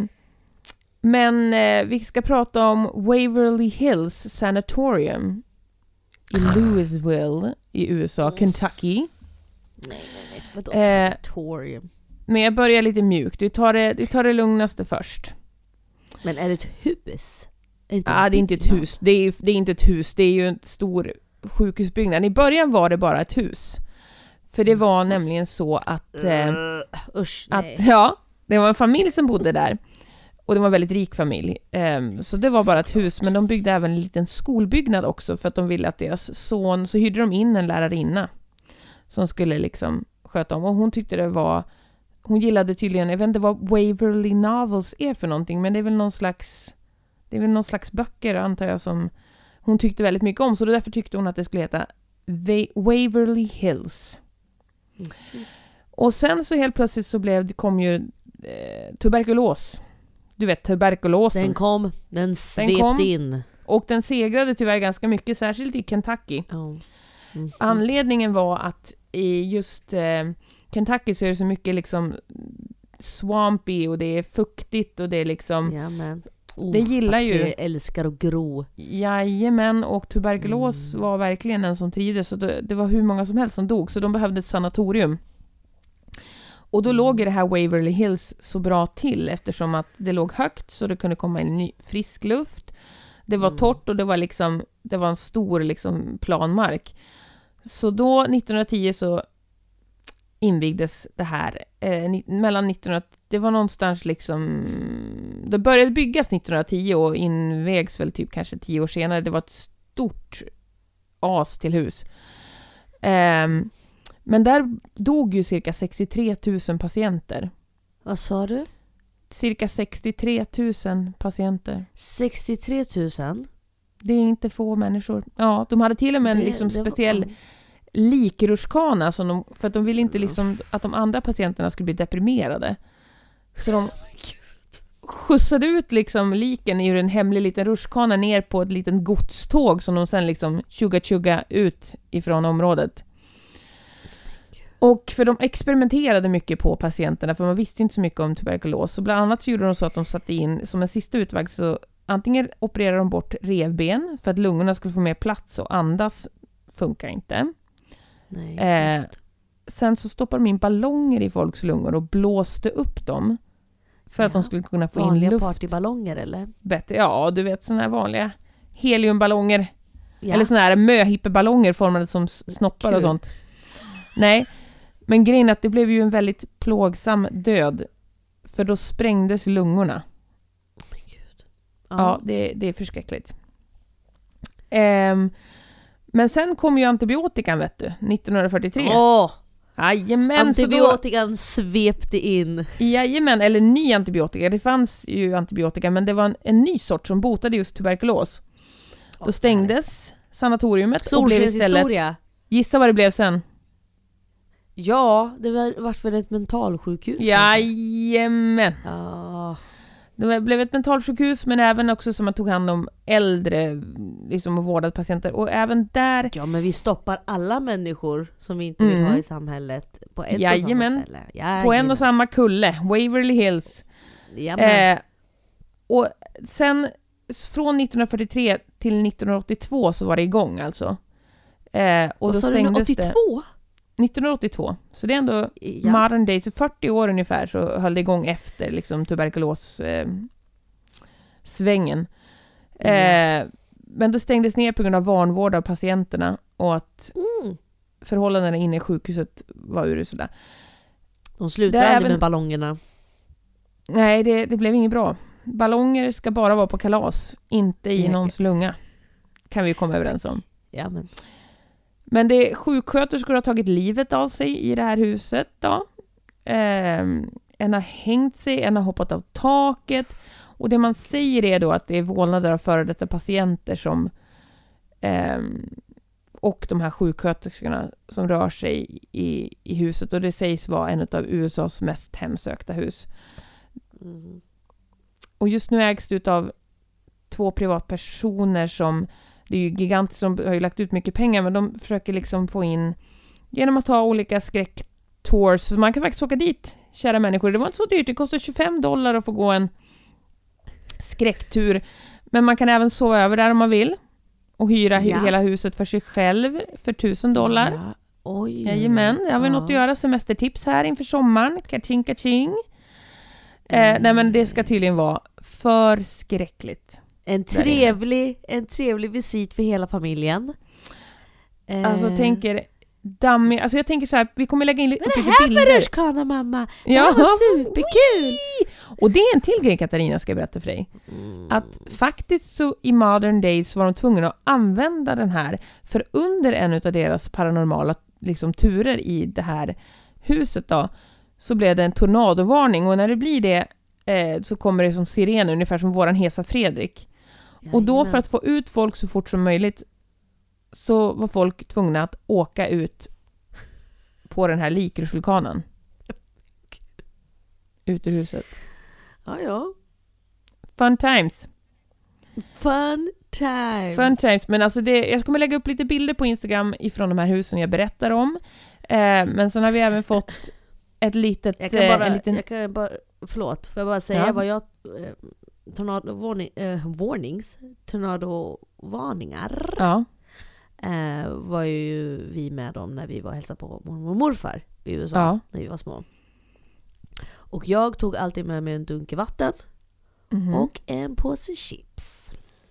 men eh, vi ska prata om Waverly Hills Sanatorium i Louisville i U S A, Kentucky. Nej, nej, nej. Vadå Eh, sanatorium? Men jag börjar lite mjukt. Du tar det, du tar det lugnaste först. Men är det ett hus? Är det, Ja, det är inte ett hus. Det är, ju- det är inte ett hus. Det är ju en stor sjukhusbyggnad. I början var det bara ett hus. För det var nämligen så att... Eh, Uh, usch, att nej. ja, det var en familj som bodde där. Och det var en väldigt rik familj. Eh, så det var bara ett hus. Men de byggde även en liten skolbyggnad också. För att de ville att deras son... Så hyrde de in en lärarinna. Som skulle liksom sköta om. Och hon tyckte det var hon gillade tydligen, jag vet inte vad Waverly Novels är för någonting, men det är väl någon slags det är väl någon slags böcker antar jag som hon tyckte väldigt mycket om, så därför tyckte hon att det skulle heta Va- Waverly Hills. Mm. Och sen så helt plötsligt så blev det kom ju eh, tuberkulos. Du vet tuberkulosen. Den kom, den svepte den kom, in. Och den segrade tyvärr ganska mycket, särskilt i Kentucky. Oh. Mm. Anledningen var att i just eh, Kentucky så är det så mycket liksom swampy och det är fuktigt och det är liksom Jamen. Oh, det gillar ju älskar att gro. Jajamän, och tuberkulos mm. var verkligen en som trivdes, så det, det var hur många som helst som dog, så de behövde ett sanatorium. Och då mm. låg det här Waverly Hills så bra till eftersom att det låg högt så det kunde komma in ny frisk luft. Det var mm. torrt och det var liksom det var en stor liksom planmark. Så då nittonhundratio så invigdes det här eh, mellan nittonhundra det var någonstans liksom det började byggas nittonhundratio och invägs väl typ kanske tio år senare. Det var ett stort as till hus. Eh, men där dog ju cirka sextiotre tusen patienter. Vad sa du? Cirka sextiotre tusen patienter. sextiotre tusen? Det är inte få människor. Ja, de hade till och med en det, liksom det speciell var... likrutschkana som de, för att de ville inte liksom att de andra patienterna skulle bli deprimerade. Så de skjutsade ut liksom liken ur en hemlig liten rutschkana ner på ett litet godståg som de sen liksom tjugga tjugga ut ifrån området. Och för de experimenterade mycket på patienterna för man visste inte så mycket om tuberkulos. Så bland annat så gjorde de så att de satte in som en sista utväg så antingen opererade de bort revben för att lungorna skulle få mer plats och andas funkar inte. Nej, eh, sen så stoppade de in ballonger i folks lungor och blåste upp dem för ja. att de skulle kunna få vanliga in luft. Vanliga partyballonger eller? Bättre, ja, du vet såna här vanliga heliumballonger. Ja. Eller såna här möhippeballonger formade som snoppar Kul. och sånt. Nej, men grejen är att det blev ju en väldigt plågsam död för då sprängdes lungorna. Oh my God. Ja, ja det, det är förskräckligt. Ehm, men sen kom ju antibiotikan, vet du, nittonhundrafyrtiotre. Åh! Jajamän, antibiotikan då, svepte in. Jajamän, eller ny antibiotika. Det fanns ju antibiotika, men det var en, en ny sort som botade just tuberkulos. Då stängdes sanatoriumet och blev istället... Gissa vad det blev sen? Ja, det var vart väl ett mentalsjukhus. Jajamän. Ja. Det blev ett mentalsjukhus, men även också som man tog hand om äldre liksom, och vårdade patienter. Och även där... Ja, men vi stoppar alla människor som vi inte vill mm. ha i samhället på ett Jajamän. och samma ställe. Jajamän. På en och samma kulle, Waverly Hills. Eh, och sen från nittonhundrafyrtiotre till nittonhundraåttiotvå så var det igång alltså. Eh, och Vad då sa stängdes du, åttiotvå? Det nittonhundraåttiotvå. Så det är ändå ja. modern day, så fyrtio år ungefär så höll det igång efter liksom tuberkulos eh, svängen. Eh, ja. Men då stängdes ner på grund av vanvård av patienterna och att mm. förhållandena inne i sjukhuset var urusla. De slutade aldrig även... med ballongerna. Nej, det, det blev inget bra. Ballonger ska bara vara på kalas, inte i ja. någons lunga. Kan vi komma överens om. Ja, men... Men det sjuksköterskor har tagit livet av sig i det här huset då. Eh, en har hängt sig, en har hoppat av taket. Och det man säger är då att det är vålnader av före detta patienter som eh, och de här sjuksköterskorna som rör sig i, i huset. Och det sägs vara en av U S A:s mest hemsökta hus. Mm. Och just nu ägs det av två privatpersoner som... Det är ju giganter som har ju lagt ut mycket pengar, men de försöker liksom få in genom att ha olika skräcktours. Så man kan faktiskt åka dit, kära människor. Det var inte så dyrt, det kostar tjugofem dollar att få gå en skräcktur. Men man kan även sova över där om man vill. Och hyra ja. hela huset för sig själv för tusen dollar. Ja. Oj. Jajamän, jag har ja. något att göra. Semestertips här inför sommaren. Kaching, kaching. Mm. Eh, nej men det ska tydligen vara för skräckligt. En trevlig, en trevlig visit för hela familjen. Alltså eh. tänker dammig, alltså jag tänker så här, vi kommer lägga in lite bilder. bilder. Men det här för rutschkana, mamma. Det ja. var superkul. Och det är en till grej Katarina ska berätta för dig. Mm. Att faktiskt så i modern days var de tvungna att använda den här för under en av deras paranormala liksom turer i det här huset då, så blev det en tornadovarning. Och när det blir det eh, så kommer det som sirener, ungefär som våran Hesa Fredrik. Och då för att få ut folk så fort som möjligt så var folk tvungna att åka ut på den här likrusvulkanen. Ut ur huset. Ja, ja. Fun times. Fun times. Fun times. Men alltså det, jag kommer lägga upp lite bilder på Instagram ifrån de här husen jag berättar om. Eh, men sen har vi även fått ett litet... Jag kan bara, en liten... jag kan bara förlåt, får jag bara säga Ja. vad jag... Eh, tornadovarning, eh, warnings, tornadovarningar Ja. eh, var ju vi med om när vi var och hälsade på mormor och morfar i U S A Ja. när vi var små. Och jag tog alltid med mig en dunk vatten Mhm. och en påse chips.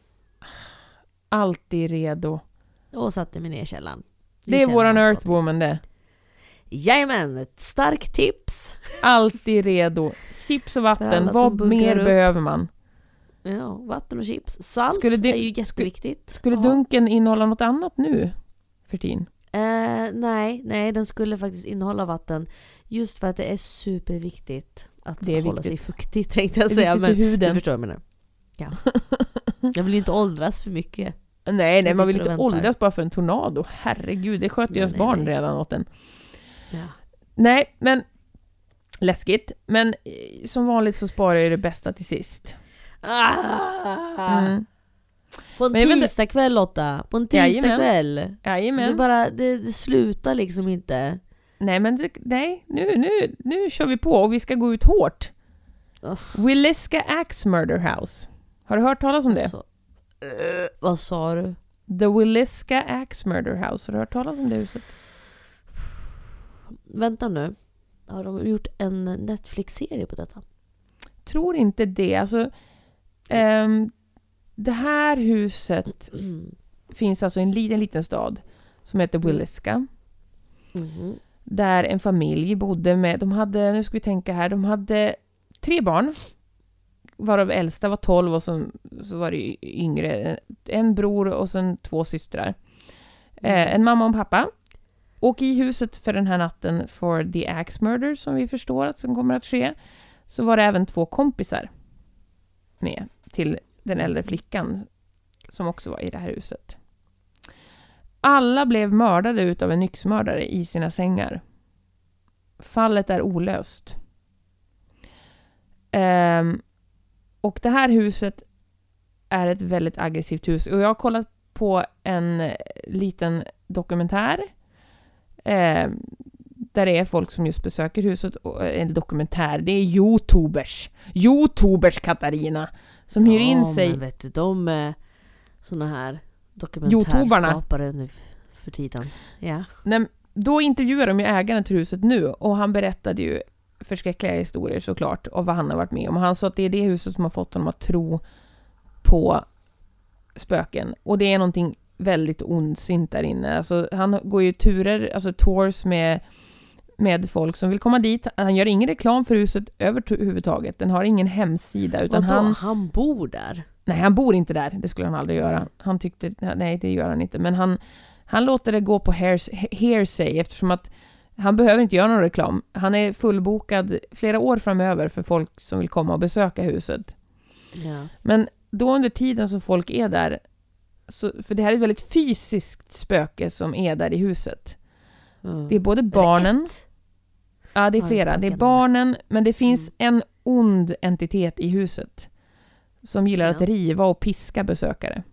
Alltid redo. Och satte mig ner i källaren. Det är känner våran man så Earthwoman det. Jajamän, ett starkt tips. Alltid redo. Chips och För vatten. alla som Vad buggar mer upp. behöver man? Ja, vatten och chips. Salt Skulle det- är ju jätteviktigt. Skulle Ja. dunken innehålla något annat nu för tiden? Eh, nej, nej, den skulle faktiskt innehålla vatten. Just för att det är superviktigt att Det är hålla viktigt. sig fuktig, tänkte jag Det är säga. viktigt för Men huden. du förstår vad jag menar. Ja. Jag vill ju inte åldras för mycket. Nej, nej, Jag man vill sitter inte och väntar. åldras bara för en tornado. Herregud, det sköt ju Nej, ens nej, barn nej. redan åt den. Ja. Nej, men läskigt. Men eh, som vanligt så sparar jag det bästa till sist. Ah! Mm. På en Men jag vet inte- tisdagkväll, Lotta. På en Jajamän. tisdagkväll. Det, Jajamän. bara, det, det slutar liksom inte. Nej, men det, nej, nu, nu, nu kör vi på och vi ska gå ut hårt. Oh. Williska Axe Murder House. Har du hört talas om det? Så, eh, vad sa du? The Williska Axe Murder House. Har du hört talas om det huset? Vänta nu. Har de gjort en Netflix-serie på detta? Tror inte det. Alltså, ehm, det här huset Mm. finns alltså i en liten, liten stad som heter Williska. Mhm. Där en familj bodde med, de hade, nu ska vi tänka här, de hade tre barn. Varav äldsta var tolv och så, så var det yngre. En bror och sen två systrar. Eh, en mamma och en pappa. Och i huset för den här natten för The Axe Murder, som vi förstår att som kommer att ske, så var det även två kompisar med till den äldre flickan som också var i det här huset. Alla blev mördade utav en yxmördare i sina sängar. Fallet är olöst. Ehm, och det här huset är ett väldigt aggressivt hus. Och jag har kollat på en liten dokumentär eh, där det är folk som just besöker huset. Och en dokumentär, det är youtubers. Youtubers, Katarina, som hyr in Ja, sig. men vet du, de är såna här YouTubarna. dokumentärskapare nu f- för tiden. Ja. Nej, då intervjuar de ju ägaren till huset nu och han berättade ju förskräckliga historier såklart av vad han har varit med om. Och han sa att det är det huset som har fått honom att tro på spöken. Och det är någonting väldigt ondsint där inne. Alltså, han går ju turer, alltså tours med, med folk som vill komma dit. Han gör ingen reklam för huset överhuvudtaget. Den har ingen hemsida. Utan Vadå, han, han bor där? nej, han bor inte där. Det skulle han aldrig göra. Han tyckte, nej, det gör han inte. Men han, han låter det gå på hearsay eftersom att han behöver inte göra någon reklam. Han är fullbokad flera år framöver för folk som vill komma och besöka huset. Ja. Men då under tiden som folk är där, så, för det här är ett väldigt fysiskt spöke som är där i huset. Mm. Det är både barnen, Är det ett? ja det är Ja, flera, det är spöken. barnen, men det finns Mm. en ond entitet i huset som gillar Ja. att riva och piska besökare.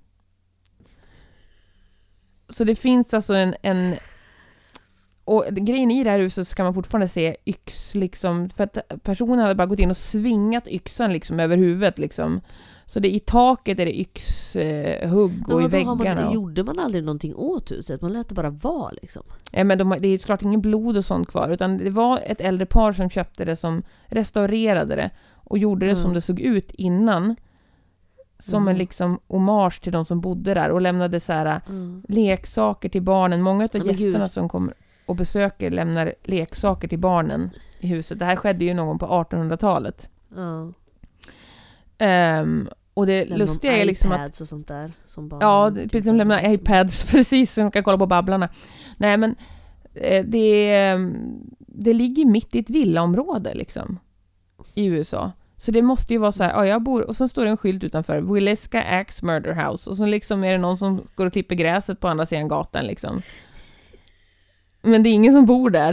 Så det finns alltså en, en och grejen i det här huset så kan man fortfarande se yx liksom, för att personen hade bara gått in och svingat yxan liksom över huvudet liksom. Så det i taket är det yxhugg Men och i vadå, har väggarna. man, och, gjorde man aldrig någonting åt huset? Man lät det bara vara liksom. ja, men de, har- det är ju såklart ingen blod och sånt kvar, utan det var ett äldre par som köpte det, som restaurerade det och gjorde det Mm. som det såg ut innan. Som Mm. en liksom hommage till de som bodde där och lämnade så här Mm. leksaker till barnen. Många av Ja, men gästerna gud. som kommer och besöker lämnar leksaker till barnen i huset. Det här skedde ju någon gång på artonhundratalet. Ja. Ehm, och det Lämna lustiga är om liksom att iPads och sånt där. Som barn, ja, typ. precis, de lämnar iPads precis som de kan kolla på Babblarna. Nej, men eh, det, det ligger mitt i ett villaområde liksom i U S A. Så det måste ju vara så här, ja, jag bor, och så står det en skylt utanför, Willisca Axe Murder House, och så liksom är det någon som går och klipper gräset på andra sidan gatan liksom. Men det är ingen som bor där.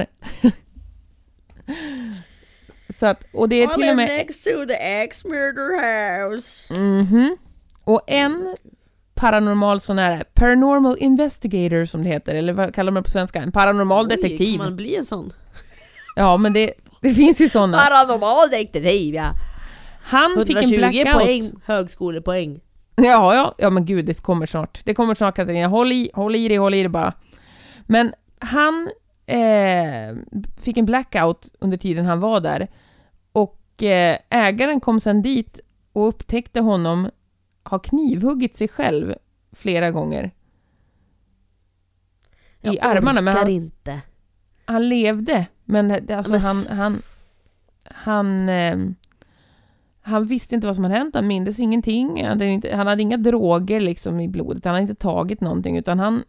Så att, och det är till och med next to the Axe Murder House. Mhm. Och en paranormal sån här paranormal investigator som det heter, eller vad kallar man det på svenska? En paranormal Oj, detektiv. kan man bli en sån? Ja, men det, det finns ju såna. Paranormal detektiv, ja. Han fick en blackout. Poäng, högskolepoäng. Ja, ja, ja, men gud, det kommer snart. Det kommer snart, Katarina. Håll i, håll i det, håll i det bara. Men han eh, fick en blackout under tiden han var där. Och eh, ägaren kom sen dit och upptäckte honom ha knivhuggit sig själv flera gånger. Jag I armarna. Men han, inte. han levde. Men alltså men... han... han, han eh, Han visste inte vad som hade hänt, han mindes ingenting. Han hade, inte, han hade inga droger liksom i blodet. Han hade inte tagit någonting, utan han...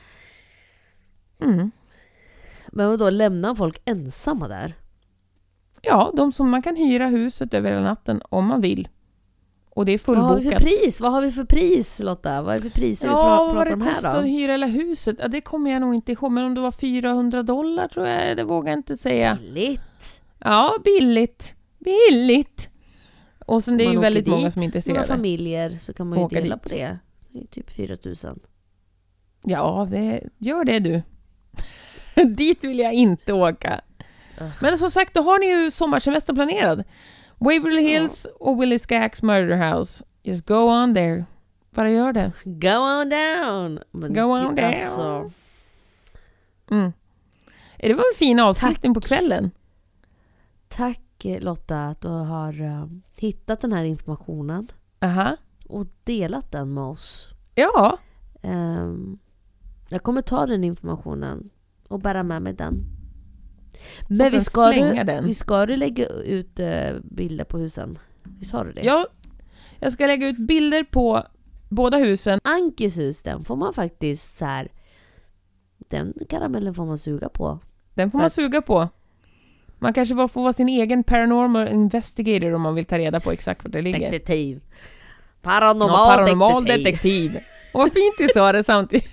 Mm. Men vadå, lämnar folk ensamma där? Ja, de som man kan hyra huset över hela natten om man vill. Och det är fullbokat. Vad har vi för pris? Vad har vi för pris, Lotta? Vad är det för priser ja, vi pra- pratar vad om det här kostar då? att hyra hela huset, ja, det kommer jag nog inte ihåg. Men om det var fyrahundra dollar tror jag, det vågar jag inte säga. Billigt. Ja, billigt. Billigt. Och sen det är man ju väldigt dit, många som är intresserade. Några familjer så kan man ju Åka dela dit. på det. Det är typ fyra tusen. Ja, det, gör det du. Dit vill jag inte åka. Uh. Men som sagt, då har ni ju sommarsemester planerad. Waverly Hills uh. och Willisca Axe Murder House. Just go on there. Bara gör det. Go on down. Men go on down. Alltså. Mm. Det var en fin avslutning på kvällen. Tack Lotta att du har uh, hittat den här informationen. Aha. Och delat den med oss. Ja. Um, jag kommer ta den informationen och bära med mig den. Men vi ska, du, den. vi ska du lägga ut uh, bilder på husen. Vi sa du det? Ja, jag ska lägga ut bilder på båda husen. Ankes hus, den får man faktiskt så här. Den karamellen får man suga på. Den får man suga på. Man kanske får vara sin egen paranormal investigator om man vill ta reda på exakt var det ligger. Detektiv. Paranormal, ja, paranormal detektiv. detektiv. Och vad fint du sa det samtidigt.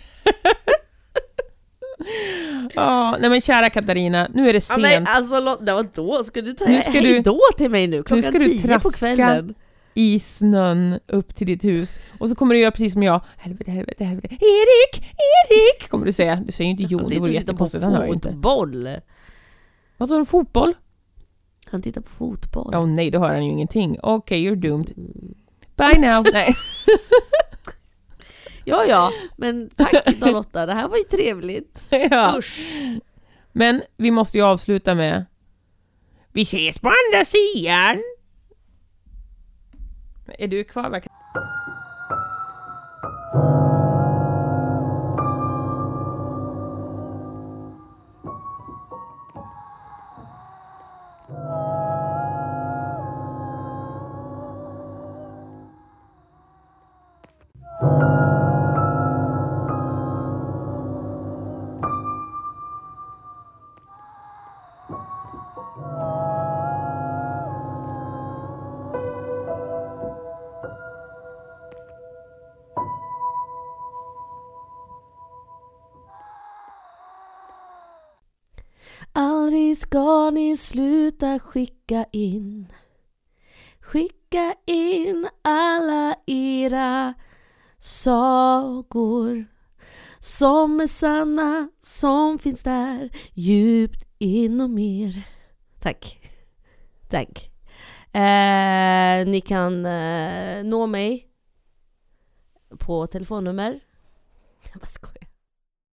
Ja, nej men kära Katarina, nu är det sent. Ja, men alltså, det var då ska du ta nu ska hej du, då till mig nu klockan nu ska du tio på kvällen. I snön upp till ditt hus. Och så kommer du göra precis som jag. Helvete, helvete, helvete. Erik, Erik, kommer du säga. Du säger ju inte jo, det vore jättekonstigt. Han hör inte. Fotboll. Vad sa du, fotboll? Han tittar på fotboll. Ja, oh, nej, då hör han ju ingenting. Okej, okay, you're doomed. Bye now. Nej. Ja, ja. Men tack då Lotta. Det här var ju trevligt. Ja. Usch. Men vi måste ju avsluta med vi ses på andra sidan. Är du kvar verkligen? Aldrig ska ni sluta skicka in. Skicka in alla era sagor som är sanna, som finns där djupt inom er. Tack. Tack. Eh, ni kan eh, nå mig på telefonnummer. Jag bara skojar.